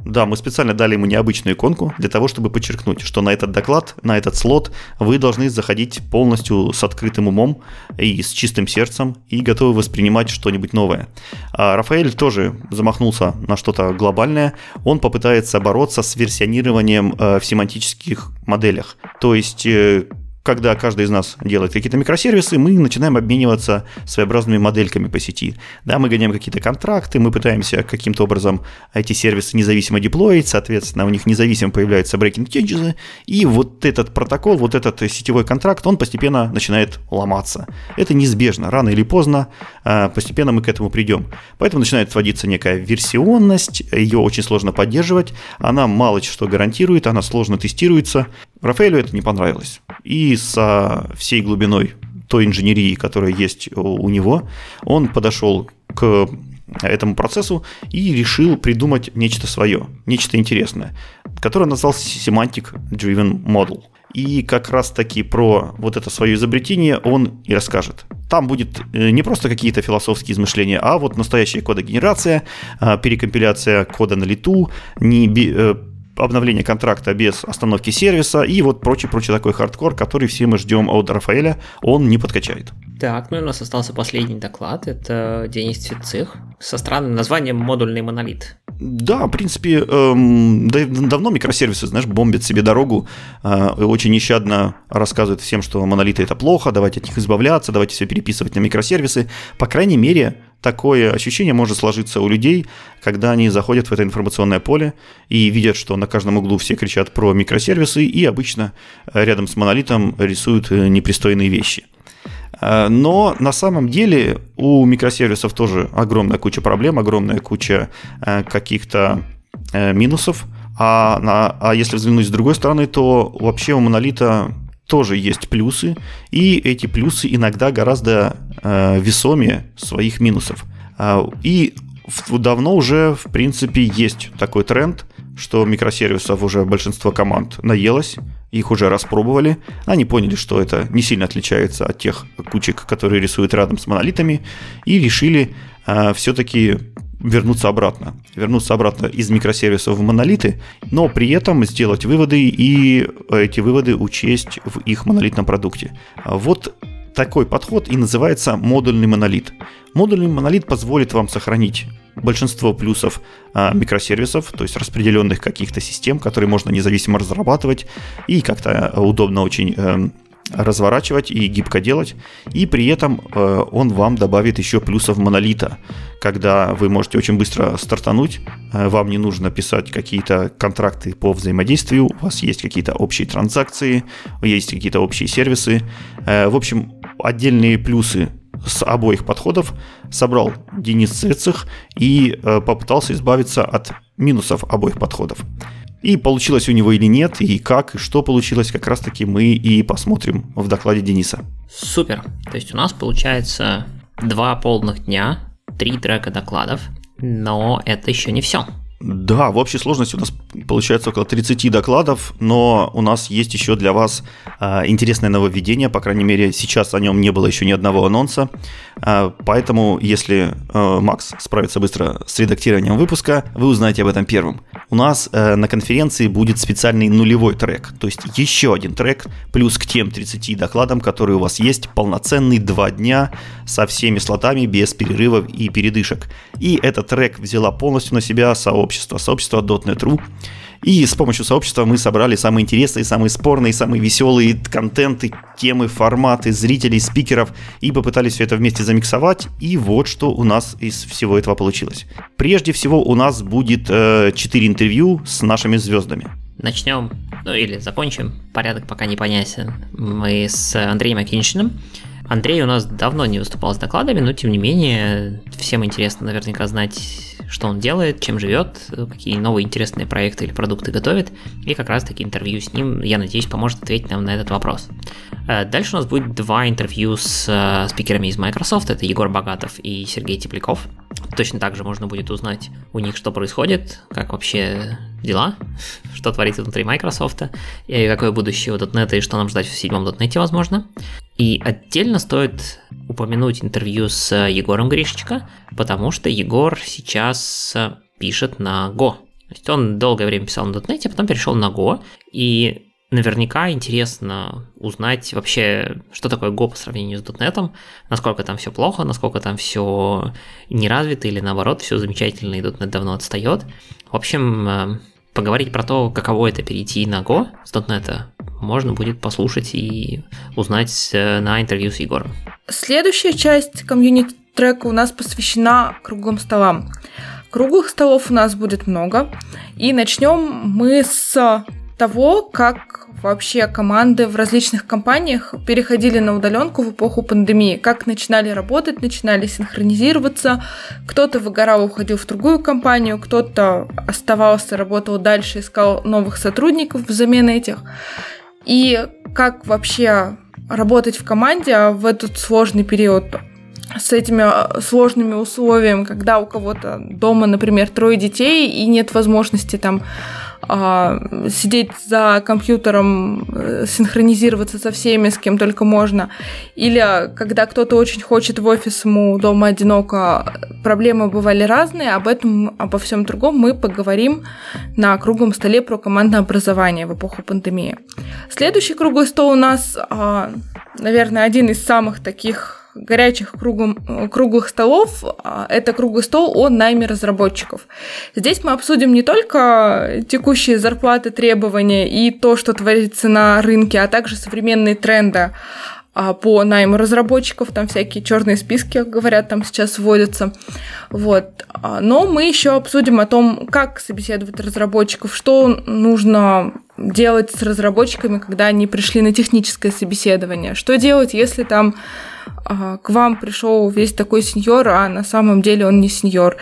Да, мы специально дали ему необычную иконку для того, чтобы подчеркнуть, что на этот доклад, на этот слот вы должны заходить полностью с открытым умом и с чистым сердцем и готовы воспринимать что-нибудь новое. А Рафаэль тоже замахнулся на что-то глобальное. Он попытается бороться с версионированием э, в семантических моделях. То есть... Э, Когда каждый из нас делает какие-то микросервисы, мы начинаем обмениваться своеобразными модельками по сети. Да, мы гоняем какие-то контракты, мы пытаемся каким-то образом эти сервисы независимо деплоить, соответственно, у них независимо появляются breaking changes, и вот этот протокол, вот этот сетевой контракт, он постепенно начинает ломаться. Это неизбежно, рано или поздно, постепенно мы к этому придем. Поэтому начинает вводиться некая версионность, ее очень сложно поддерживать, она мало что гарантирует, она сложно тестируется. Рафаэлю это не понравилось. И со всей глубиной той инженерии, которая есть у него, он подошел к этому процессу и решил придумать нечто свое, нечто интересное, которое назвал Semantic Driven Model. И как раз-таки про вот это свое изобретение он и расскажет. Там будет не просто какие-то философские измышления, а вот настоящая кодогенерация, перекомпиляция кода на лету, не обновление контракта без остановки сервиса и вот прочий-прочий такой хардкор, который все мы ждем от Рафаэля, он не подкачает. Так, ну и у нас остался последний доклад, это Денис Цветцых со странным названием «Модульный монолит». Да, в принципе, эм, давно микросервисы, знаешь, бомбят себе дорогу, э, очень нещадно рассказывают всем, что монолиты – это плохо, давайте от них избавляться, давайте все переписывать на микросервисы. По крайней мере, такое ощущение может сложиться у людей, когда они заходят в это информационное поле и видят, что на каждом углу все кричат про микросервисы и обычно рядом с монолитом рисуют непристойные вещи. Но на самом деле у микросервисов тоже огромная куча проблем, огромная куча каких-то минусов. А, на, а если взглянуть с другой стороны, то вообще у монолита тоже есть плюсы, и эти плюсы иногда гораздо э, весомее своих минусов. И давно уже, в принципе, есть такой тренд, что микросервисов уже большинство команд наелось, их уже распробовали, они поняли, что это не сильно отличается от тех кучек, которые рисуют рядом с монолитами, и решили э, все-таки вернуться обратно. Вернуться обратно из микросервисов в монолиты, но при этом сделать выводы и эти выводы учесть в их монолитном продукте. Вот такой подход и называется модульный монолит. Модульный монолит позволит вам сохранить большинство плюсов а, микросервисов, то есть распределенных каких-то систем, которые можно независимо разрабатывать и как-то удобно очень э, разворачивать и гибко делать, и при этом э, он вам добавит еще плюсов монолита, когда вы можете очень быстро стартануть, э, вам не нужно писать какие-то контракты по взаимодействию, у вас есть какие-то общие транзакции, есть какие-то общие сервисы, э, в общем, отдельные плюсы с обоих подходов собрал Денис Цветцых и э, попытался избавиться от минусов обоих подходов. И получилось у него или нет, и как, и что получилось, как раз-таки мы и посмотрим в докладе Дениса. Супер. То есть у нас получается два полных дня, три трека докладов, но это еще не все. Да, в общей сложности у нас получается около тридцать докладов, но у нас есть еще для вас э, интересное нововведение, по крайней мере, сейчас о нем не было еще ни одного анонса, э, поэтому, если э, Макс справится быстро с редактированием выпуска, вы узнаете об этом первым. У нас э, на конференции будет специальный нулевой трек, то есть еще один трек, плюс к тем тридцати докладам, которые у вас есть, полноценный два дня со всеми слотами, без перерывов и передышек. И этот трек взяла полностью на себя сообщество. Сообщество .дот нет точка ру. И с помощью сообщества мы собрали самые интересные, самые спорные, самые веселые контенты, темы, форматы, зрителей, спикеров и попытались все это вместе замиксовать. И вот что у нас из всего этого получилось. Прежде всего у нас будет э, четыре интервью с нашими звездами. Начнем, ну или закончим, порядок пока непонятен. Мы с Андреем Акиньшиным. Андрей у нас давно не выступал с докладами, но тем не менее всем интересно наверняка знать, что он делает, чем живет, какие новые интересные проекты или продукты готовит, и как раз таки интервью с ним, я надеюсь, поможет ответить нам на этот вопрос. Дальше у нас будет два интервью с спикерами из Microsoft, это Егор Богатов и Сергей Тепляков. Точно так же можно будет узнать у них, что происходит, как вообще дела, что творится внутри Microsoft, и какое будущее у .дот нет и что нам ждать в седьмом .дот нет, возможно. И отдельно стоит упомянуть интервью с Егором Гришечко, потому что Егор сейчас пишет на Go. То есть он долгое время писал на .дот нет, потом перешел на Go, и наверняка интересно узнать вообще, что такое Go по сравнению с .дот нет, насколько там все плохо, насколько там все не развито или наоборот все замечательно и .дот нет давно отстает. В общем, поговорить про то, каково это перейти на Go с .дот нет, можно будет послушать и узнать на интервью с Егором. Следующая часть комьюнити-трека у нас посвящена круглым столам. Круглых столов у нас будет много, и начнем мы с того, как вообще команды в различных компаниях переходили на удаленку в эпоху пандемии, как начинали работать, начинали синхронизироваться, кто-то выгорал, уходил в другую компанию, кто-то оставался, работал дальше, искал новых сотрудников взамен этих, и как вообще работать в команде в этот сложный период с этими сложными условиями, когда у кого-то дома, например, трое детей и нет возможности там сидеть за компьютером, синхронизироваться со всеми, с кем только можно. Или когда кто-то очень хочет в офис, ему дома одиноко, проблемы бывали разные. Об этом, обо всем другом мы поговорим на круглом столе про командное образование в эпоху пандемии. Следующий круглый стол у нас, наверное, один из самых таких горячих круглым, круглых столов, это круглый стол о найме разработчиков. Здесь мы обсудим не только текущие зарплаты, требования и то, что творится на рынке, а также современные тренды по найму разработчиков, там всякие черные списки, говорят, там сейчас вводятся. Вот. Но мы еще обсудим о том, как собеседовать разработчиков, что нужно делать с разработчиками, когда они пришли на техническое собеседование, что делать, если там к вам пришел весь такой сеньор, а на самом деле он не сеньор.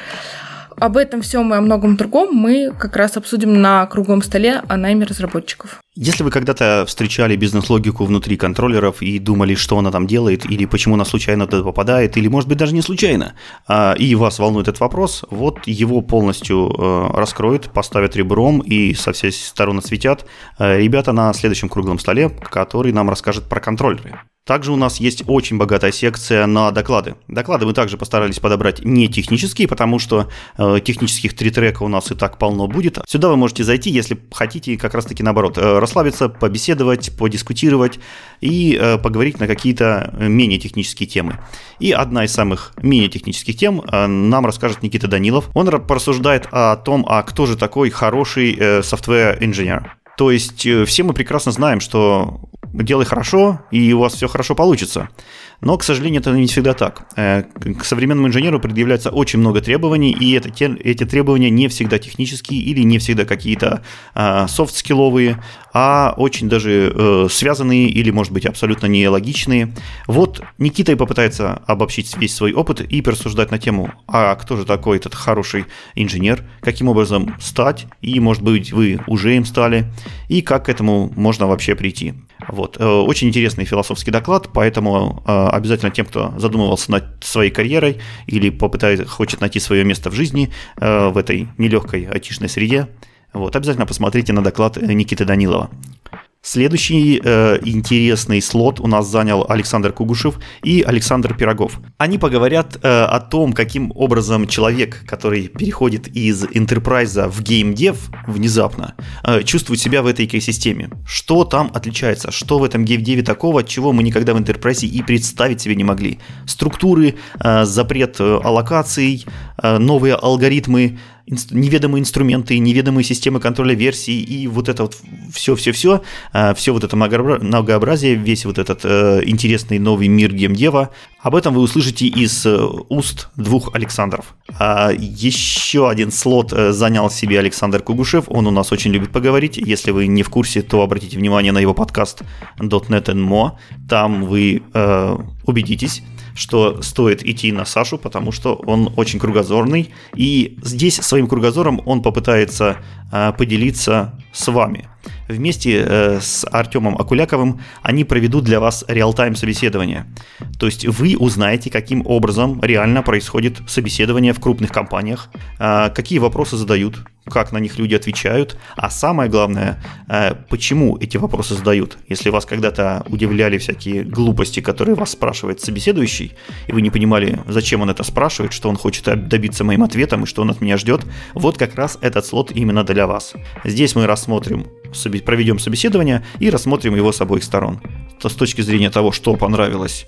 Об этом всем и о многом другом мы как раз обсудим на круглом столе о найме разработчиков. Если вы когда-то встречали бизнес-логику внутри контроллеров и думали, что она там делает, или почему она случайно туда попадает, или, может быть, даже не случайно, и вас волнует этот вопрос, вот его полностью раскроют, поставят ребром и со всех сторон осветят ребята на следующем круглом столе, который нам расскажет про контроллеры. Также у нас есть очень богатая секция на доклады. Доклады мы также постарались подобрать не технические, потому что э, технических три трека у нас и так полно будет. Сюда вы можете зайти, если хотите, как раз-таки наоборот, э, расслабиться, побеседовать, подискутировать и э, поговорить на какие-то менее технические темы. И одна из самых менее технических тем э, нам расскажет Никита Данилов. Он порассуждает о том, а кто же такой хороший э, software-инженер. То есть э, все мы прекрасно знаем, что делай хорошо, и у вас все хорошо получится. Но, к сожалению, это не всегда так. К современному инженеру предъявляется очень много требований, и это, те, эти требования не всегда технические или не всегда какие-то софт-скилловые, а очень даже э, связанные или, может быть, абсолютно нелогичные. Вот Никита и попытается обобщить весь свой опыт и порассуждать на тему, а кто же такой этот хороший инженер, каким образом стать, и, может быть, вы уже им стали, и как к этому можно вообще прийти. Вот. Очень интересный философский доклад, поэтому обязательно тем, кто задумывался над своей карьерой или попытается, хочет найти свое место в жизни в этой нелегкой айтишной среде, вот, обязательно посмотрите на доклад Никиты Данилова. Следующий э, интересный слот у нас занял Александр Кугушев и Александр Пирогов. Они поговорят э, о том, каким образом человек, который переходит из enterprise в геймдев внезапно, э, чувствует себя в этой экосистеме. Что там отличается, что в этом геймдеве такого, чего мы никогда в enterprise и представить себе не могли. Структуры, э, запрет аллокаций, э, новые алгоритмы, неведомые инструменты, неведомые системы контроля версий и вот это вот все-все-все, все вот это многообразие, весь вот этот э, интересный новый мир геймдева, об этом вы услышите из э, уст двух Александров. А еще один слот э, занял себе Александр Кугушев, он у нас очень любит поговорить, если вы не в курсе, то обратите внимание на его подкаст .дот нет энд More, там вы э, убедитесь, что стоит идти на Сашу, потому что он очень кругозорный, и здесь своим кругозором он попытается э, поделиться с вами. Вместе э, с Артемом Акуляковым они проведут для вас реал-тайм собеседование. То есть вы узнаете, каким образом реально происходит собеседование в крупных компаниях, э, какие вопросы задают, как на них люди отвечают, а самое главное, почему эти вопросы задают. Если вас когда-то удивляли всякие глупости, которые вас спрашивает собеседующий, и вы не понимали, зачем он это спрашивает, что он хочет добиться моим ответом и что он от меня ждет, вот как раз этот слот именно для вас. Здесь мы рассмотрим, проведем собеседование и рассмотрим его с обоих сторон. То с точки зрения того, что понравилось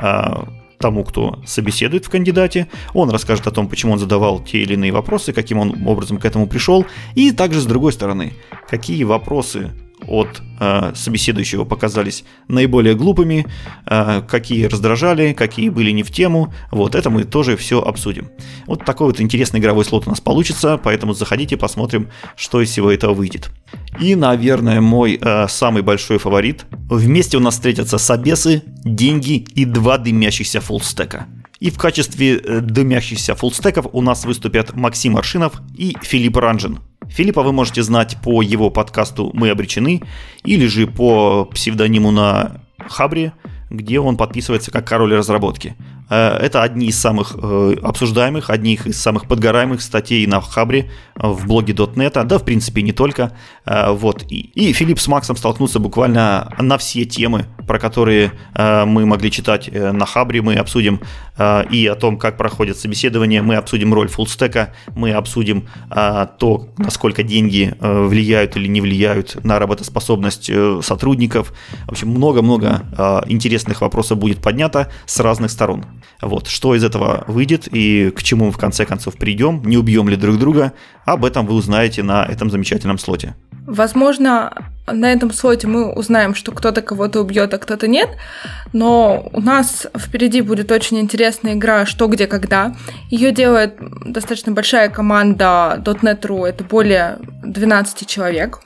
тому, кто собеседует в кандидате, он расскажет о том, почему он задавал те или иные вопросы, каким он образом к этому пришел, и также с другой стороны, какие вопросы от э, собеседующего показались наиболее глупыми, э, какие раздражали, какие были не в тему. Вот это мы тоже все обсудим. Вот такой вот интересный игровой слот у нас получится, поэтому заходите, посмотрим, что из всего этого выйдет. И, наверное, мой э, самый большой фаворит. Вместе у нас встретятся собесы, деньги и два дымящихся фуллстека. И в качестве дымящихся фуллстеков у нас выступят Максим Аршинов и Филипп Ранжин. Филиппа вы можете знать по его подкасту «Мы обречены» или же по псевдониму на Хабре, где он подписывается как король разработки. Это одни из самых обсуждаемых, одних из самых подгораемых статей на Хабре в блоге .дот нет, да, в принципе, не только. Вот. И, и Филипп с Максом столкнутся буквально на все темы, про которые мы могли читать на Хабре. Мы обсудим и о том, как проходят собеседования, мы обсудим роль фуллстека, мы обсудим то, насколько деньги влияют или не влияют на работоспособность сотрудников. В общем, много-много интересных вопросов будет поднято с разных сторон. Вот, что из этого выйдет и к чему мы в конце концов придем, не убьем ли друг друга, об этом вы узнаете на этом замечательном слоте. Возможно, на этом слоте мы узнаем, что кто-то кого-то убьет, а кто-то нет, но у нас впереди будет очень интересная игра «Что, где, когда». Ее делает достаточно большая команда .дот нет точка ру, это более двенадцать человек.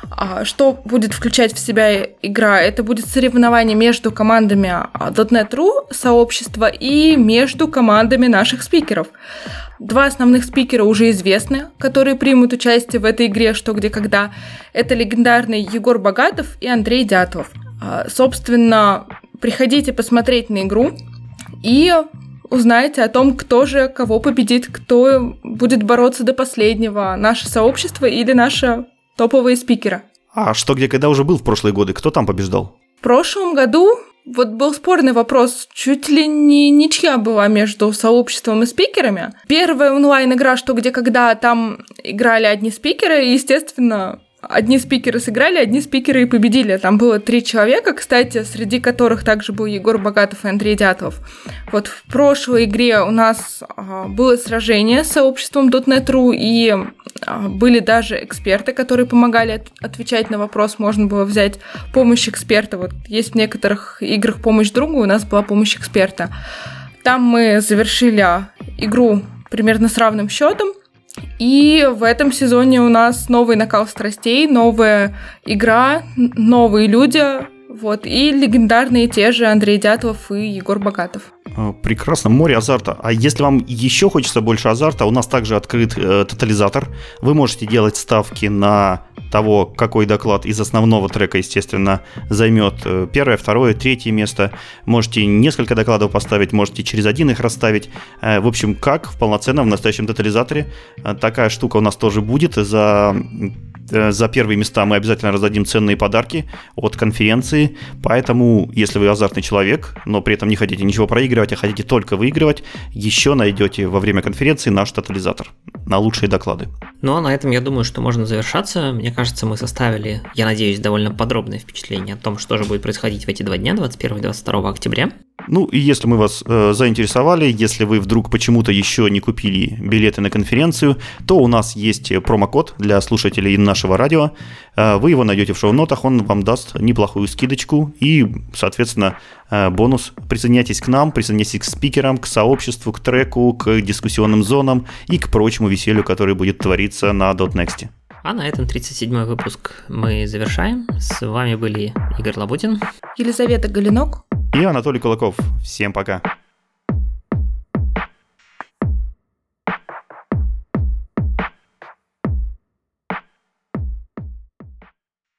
Что будет включать в себя игра? Это будет соревнование между командами .дот нет точка ру сообщества и между командами наших спикеров. Два основных спикера уже известны, которые примут участие в этой игре «Что, где, когда». Это легендарный Егор Богатов и Андрей Дятлов. Собственно, приходите посмотреть на игру и узнаете о том, кто же кого победит, кто будет бороться до последнего, наше сообщество или наши топовые спикеры. А «Что, где, когда» уже был в прошлые годы? Кто там побеждал? В прошлом году вот был спорный вопрос, чуть ли не ничья была между сообществом и спикерами. Первая онлайн-игра «Что, где, когда», там играли одни спикеры, и, естественно, одни спикеры сыграли, одни спикеры и победили. Там было три человека, кстати, среди которых также был Егор Богатов и Андрей Дятлов. Вот в прошлой игре у нас а, было сражение с сообществом .дот нет точка ру, и а, были даже эксперты, которые помогали от- отвечать на вопрос. Можно было взять помощь эксперта. Вот есть в некоторых играх помощь другу, у нас была помощь эксперта. Там мы завершили игру примерно с равным счетом. И в этом сезоне у нас новый накал страстей, новая игра, новые люди, вот, и легендарные те же Андрей Дятлов и Егор Богатов. Прекрасно, море азарта. А если вам еще хочется больше азарта, у нас также открыт э, тотализатор. Вы можете делать ставки на того, какой доклад из основного трека, естественно, займет первое, второе, третье место. Можете несколько докладов поставить, можете через один их расставить. В общем, как в полноценном настоящем тотализаторе. Такая штука у нас тоже будет. За, за первые места мы обязательно раздадим ценные подарки от конференции. Поэтому, если вы азартный человек, но при этом не хотите ничего проигрывать, а хотите только выигрывать, еще найдете во время конференции наш тотализатор на лучшие доклады. Ну а на этом, я думаю, что можно завершаться. Мне кажется, мы составили, я надеюсь, довольно подробное впечатление о том, что же будет происходить в эти два дня, двадцать первого и двадцать второго октября. Ну и если мы вас э, заинтересовали, если вы вдруг почему-то еще не купили билеты на конференцию, то у нас есть промокод для слушателей нашего радио. Э, вы его найдете в шоу-нотах, он вам даст неплохую скидочку и, соответственно, э, бонус. Присоединяйтесь к нам, присоединяйтесь к спикерам, к сообществу, к треку, к дискуссионным зонам и к прочему веселью, которое будет твориться на .дот некст. А на этом тридцать седьмой выпуск мы завершаем. С вами были Игорь Лабутин, Елизавета Галинок И Анатолий Кулаков. Всем пока.